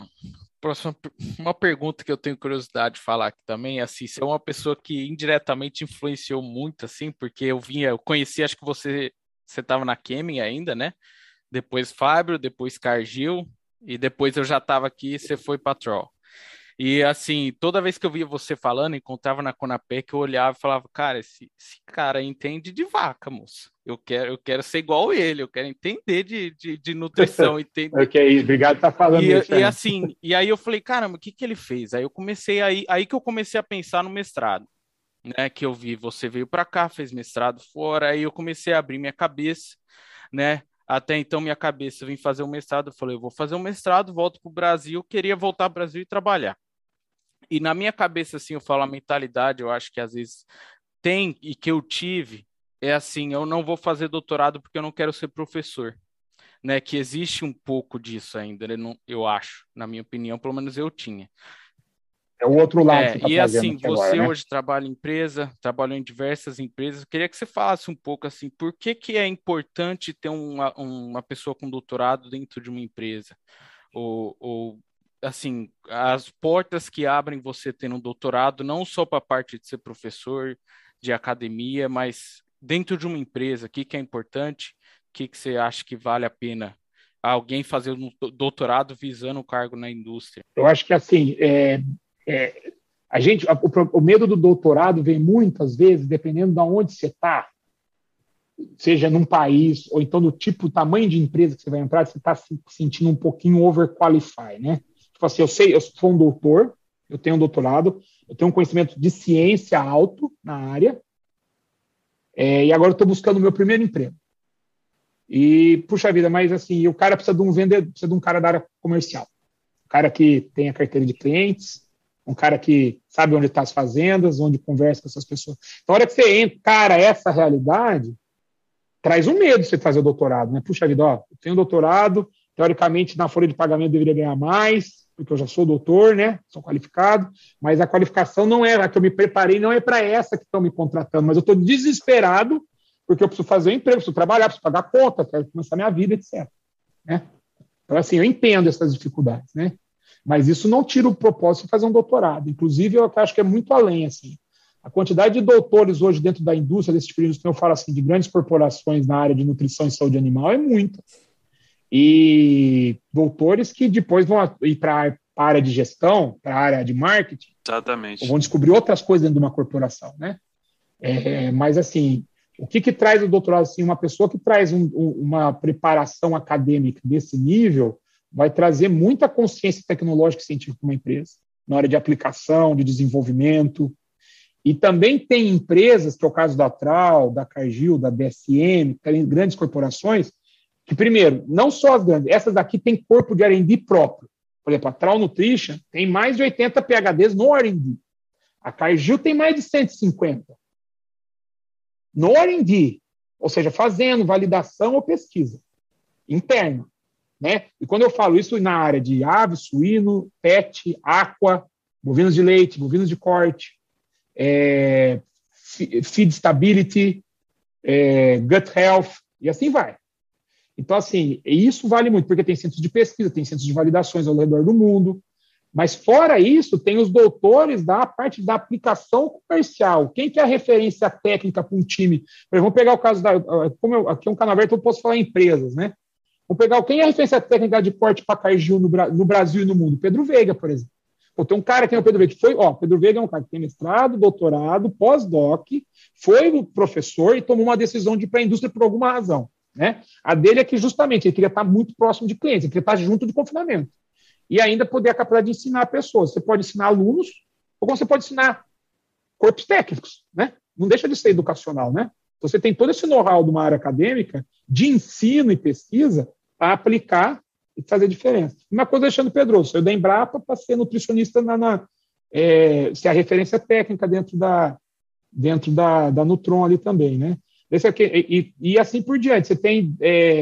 uma pergunta que eu tenho curiosidade de falar aqui também, assim, você é uma pessoa que indiretamente influenciou muito, assim, porque eu conheci, acho que você estava na Kemin ainda, né? Depois Fábio, depois Cargill, e depois eu já estava aqui e você foi para Troll. E, assim, toda vez que eu via você falando, encontrava na Conapec, eu olhava e falava, cara, esse cara entende de vaca, moço. Eu quero ser igual ele, eu quero entender de nutrição. Entender. Ok, obrigado por estar falando isso. E assim, e aí eu falei, caramba, o que ele fez? Aí eu comecei, aí que eu comecei a pensar no mestrado, né? Que eu vi, você veio para cá, fez mestrado fora, aí eu comecei a abrir minha cabeça, né? Até então, minha cabeça, eu vim fazer um mestrado, eu falei, eu vou fazer um mestrado, volto para o Brasil, queria voltar ao Brasil e trabalhar. E na minha cabeça, assim, eu falo a mentalidade, eu acho que às vezes tem e que eu tive, é assim, eu não vou fazer doutorado porque eu não quero ser professor, né? Que existe um pouco disso ainda, né? Não, eu acho, na minha opinião, pelo menos eu tinha. É o outro lado que você e assim, você agora, né? hoje trabalha em empresa, trabalhou em diversas empresas, eu queria que você falasse um pouco assim, por que é importante ter uma pessoa com doutorado dentro de uma empresa? Ou assim, as portas que abrem você tendo um doutorado, não só para a parte de ser professor, de academia, mas dentro de uma empresa, o que é importante, o que você acha que vale a pena alguém fazer um doutorado visando o cargo na indústria? Eu acho que, assim, o medo do doutorado vem muitas vezes, dependendo de onde você está, seja num país, ou então do tamanho de empresa que você vai entrar, você está se sentindo um pouquinho overqualified, né? Tipo assim, eu sou um doutor, eu tenho um doutorado, eu tenho um conhecimento de ciência alto na área, e agora eu estou buscando o meu primeiro emprego. E, puxa vida, mas assim, o cara precisa de um vendedor, precisa de um cara da área comercial. Um cara que tem a carteira de clientes, um cara que sabe onde estão as fazendas, onde conversa com essas pessoas. Então, a hora que você encara essa realidade, traz um medo você fazer o doutorado, né? Puxa vida, ó, eu tenho doutorado, teoricamente, na folha de pagamento eu deveria ganhar mais, porque eu já sou doutor, né? Sou qualificado, mas a qualificação não é a que eu me preparei, não é para essa que estão me contratando, mas eu estou desesperado porque eu preciso fazer um emprego, preciso trabalhar, preciso pagar conta, quero começar minha vida, etc. Né? Então, assim, eu entendo essas dificuldades, né? Mas isso não tira o propósito de fazer um doutorado. Inclusive, eu acho que é muito além, assim. A quantidade de doutores hoje dentro da indústria, desse tipo de indústria, eu falo assim, de grandes corporações na área de nutrição e saúde animal, é muita. E doutores que depois vão ir para a área de gestão, para a área de marketing, Exatamente. ou vão descobrir outras coisas dentro de uma corporação, né? Mas, assim, o que traz o doutorado? Assim, uma pessoa que traz uma preparação acadêmica desse nível vai trazer muita consciência tecnológica e científica para uma empresa, na hora de aplicação, de desenvolvimento. E também tem empresas, que é o caso da Tral, da Cargill, da DSM, que tem grandes corporações, que, primeiro, não só as grandes, essas daqui têm corpo de R&D próprio. Por exemplo, a Tral Nutrition tem mais de 80 PhDs no R&D. A Cargill tem mais de 150. No R&D, ou seja, fazendo validação ou pesquisa interna. Né? E quando eu falo isso na área de ave, suíno, pet, aqua, bovinos de leite, bovinos de corte, feed stability, gut health, e assim vai. Então, assim, isso vale muito, porque tem centros de pesquisa, tem centros de validações ao redor do mundo, mas fora isso, tem os doutores da parte da aplicação comercial. Quem que é a referência técnica para um time? Vamos pegar o caso aqui é um canal aberto, eu posso falar em empresas, né? Vamos pegar quem é a referência técnica de corte para Cargill no Brasil e no mundo? Pedro Veiga, por exemplo. Tem um cara que é o Pedro Veiga, que foi, Pedro Veiga é um cara que tem mestrado, doutorado, pós-doc, foi professor e tomou uma decisão de ir para a indústria por alguma razão. Né? A dele é que justamente ele queria estar muito próximo de clientes, ele queria estar junto de confinamento. E ainda poder a capacidade de ensinar pessoas. Você pode ensinar alunos, ou você pode ensinar corpos técnicos, né? Não deixa de ser educacional, né? Você tem todo esse know-how de uma área acadêmica, de ensino e pesquisa, para aplicar e fazer diferença. Uma coisa Alexandre Pedroso, saiu da Embrapa para ser nutricionista ser a referência técnica dentro da Nutron ali também, né? E assim por diante. Você tem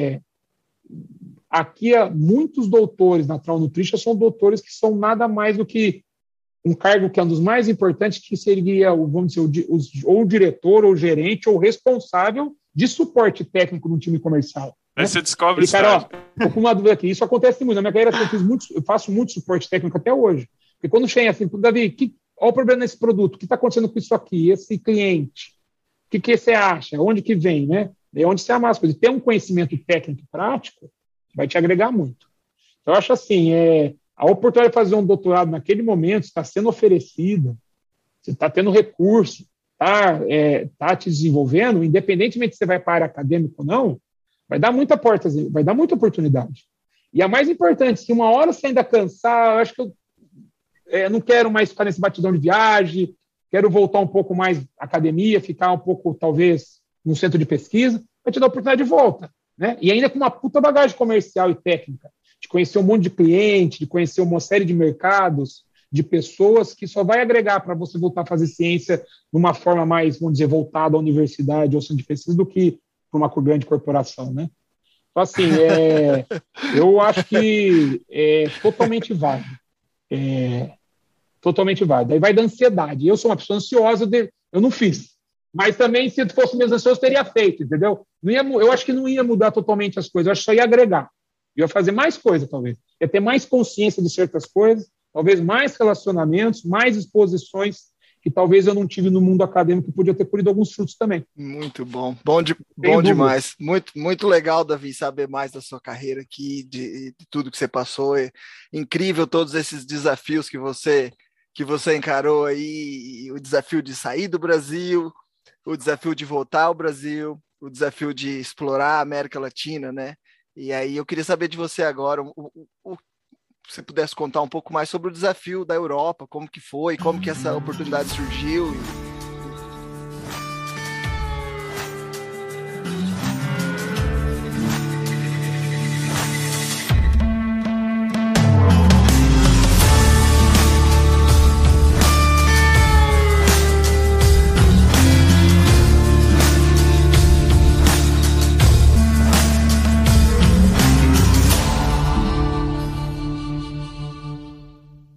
aqui muitos doutores na Tral Nutrition são doutores que são nada mais do que um cargo que é um dos mais importantes, que seria, vamos dizer, ou o diretor, ou o gerente, ou o responsável de suporte técnico no time comercial. Aí né? você descobre isso. Cara, estou com uma dúvida aqui. Isso acontece muito. Na minha carreira, eu faço muito suporte técnico até hoje. Porque quando chega assim, Davi, olha o problema nesse produto, o que está acontecendo com isso aqui, esse cliente, o que você acha, onde que vem, né? É onde você amassa as coisas. Ter um conhecimento técnico e prático vai te agregar muito. Então, eu acho assim, a oportunidade de fazer um doutorado naquele momento está sendo oferecida, você está tendo recurso, está te desenvolvendo, independentemente se você vai para a área acadêmica ou não, vai dar muita porta, vai dar muita oportunidade. E a mais importante, se uma hora você ainda cansar, eu acho que eu não quero mais ficar nesse batidão de viagem, quero voltar um pouco mais à academia, ficar um pouco, talvez, num centro de pesquisa, vai te dar a oportunidade de volta. Né? E ainda com uma puta bagagem comercial e técnica, de conhecer um monte de cliente, de conhecer uma série de mercados, de pessoas que só vai agregar para você voltar a fazer ciência de uma forma mais, vamos dizer, voltada à universidade ou centro de pesquisa do que para uma grande corporação, né? Então, assim, eu acho que é totalmente válido. Totalmente válido. Aí vai da ansiedade. Eu sou uma pessoa ansiosa, eu não fiz. Mas também, se fosse menos ansioso, teria feito, entendeu? Eu acho que não ia mudar totalmente as coisas, eu acho que só ia agregar. Eu ia fazer mais coisa, talvez. Ia ter mais consciência de certas coisas, talvez mais relacionamentos, mais exposições que talvez eu não tive no mundo acadêmico, que podia ter colhido alguns frutos também. Muito bom. Bom demais. Muito, muito legal, Davi, saber mais da sua carreira aqui, de tudo que você passou. É incrível todos esses desafios que você encarou aí, o desafio de sair do Brasil, o desafio de voltar ao Brasil, o desafio de explorar a América Latina, né? E aí eu queria saber de você agora, se você pudesse contar um pouco mais sobre o desafio da Europa, como que foi, como que essa oportunidade surgiu.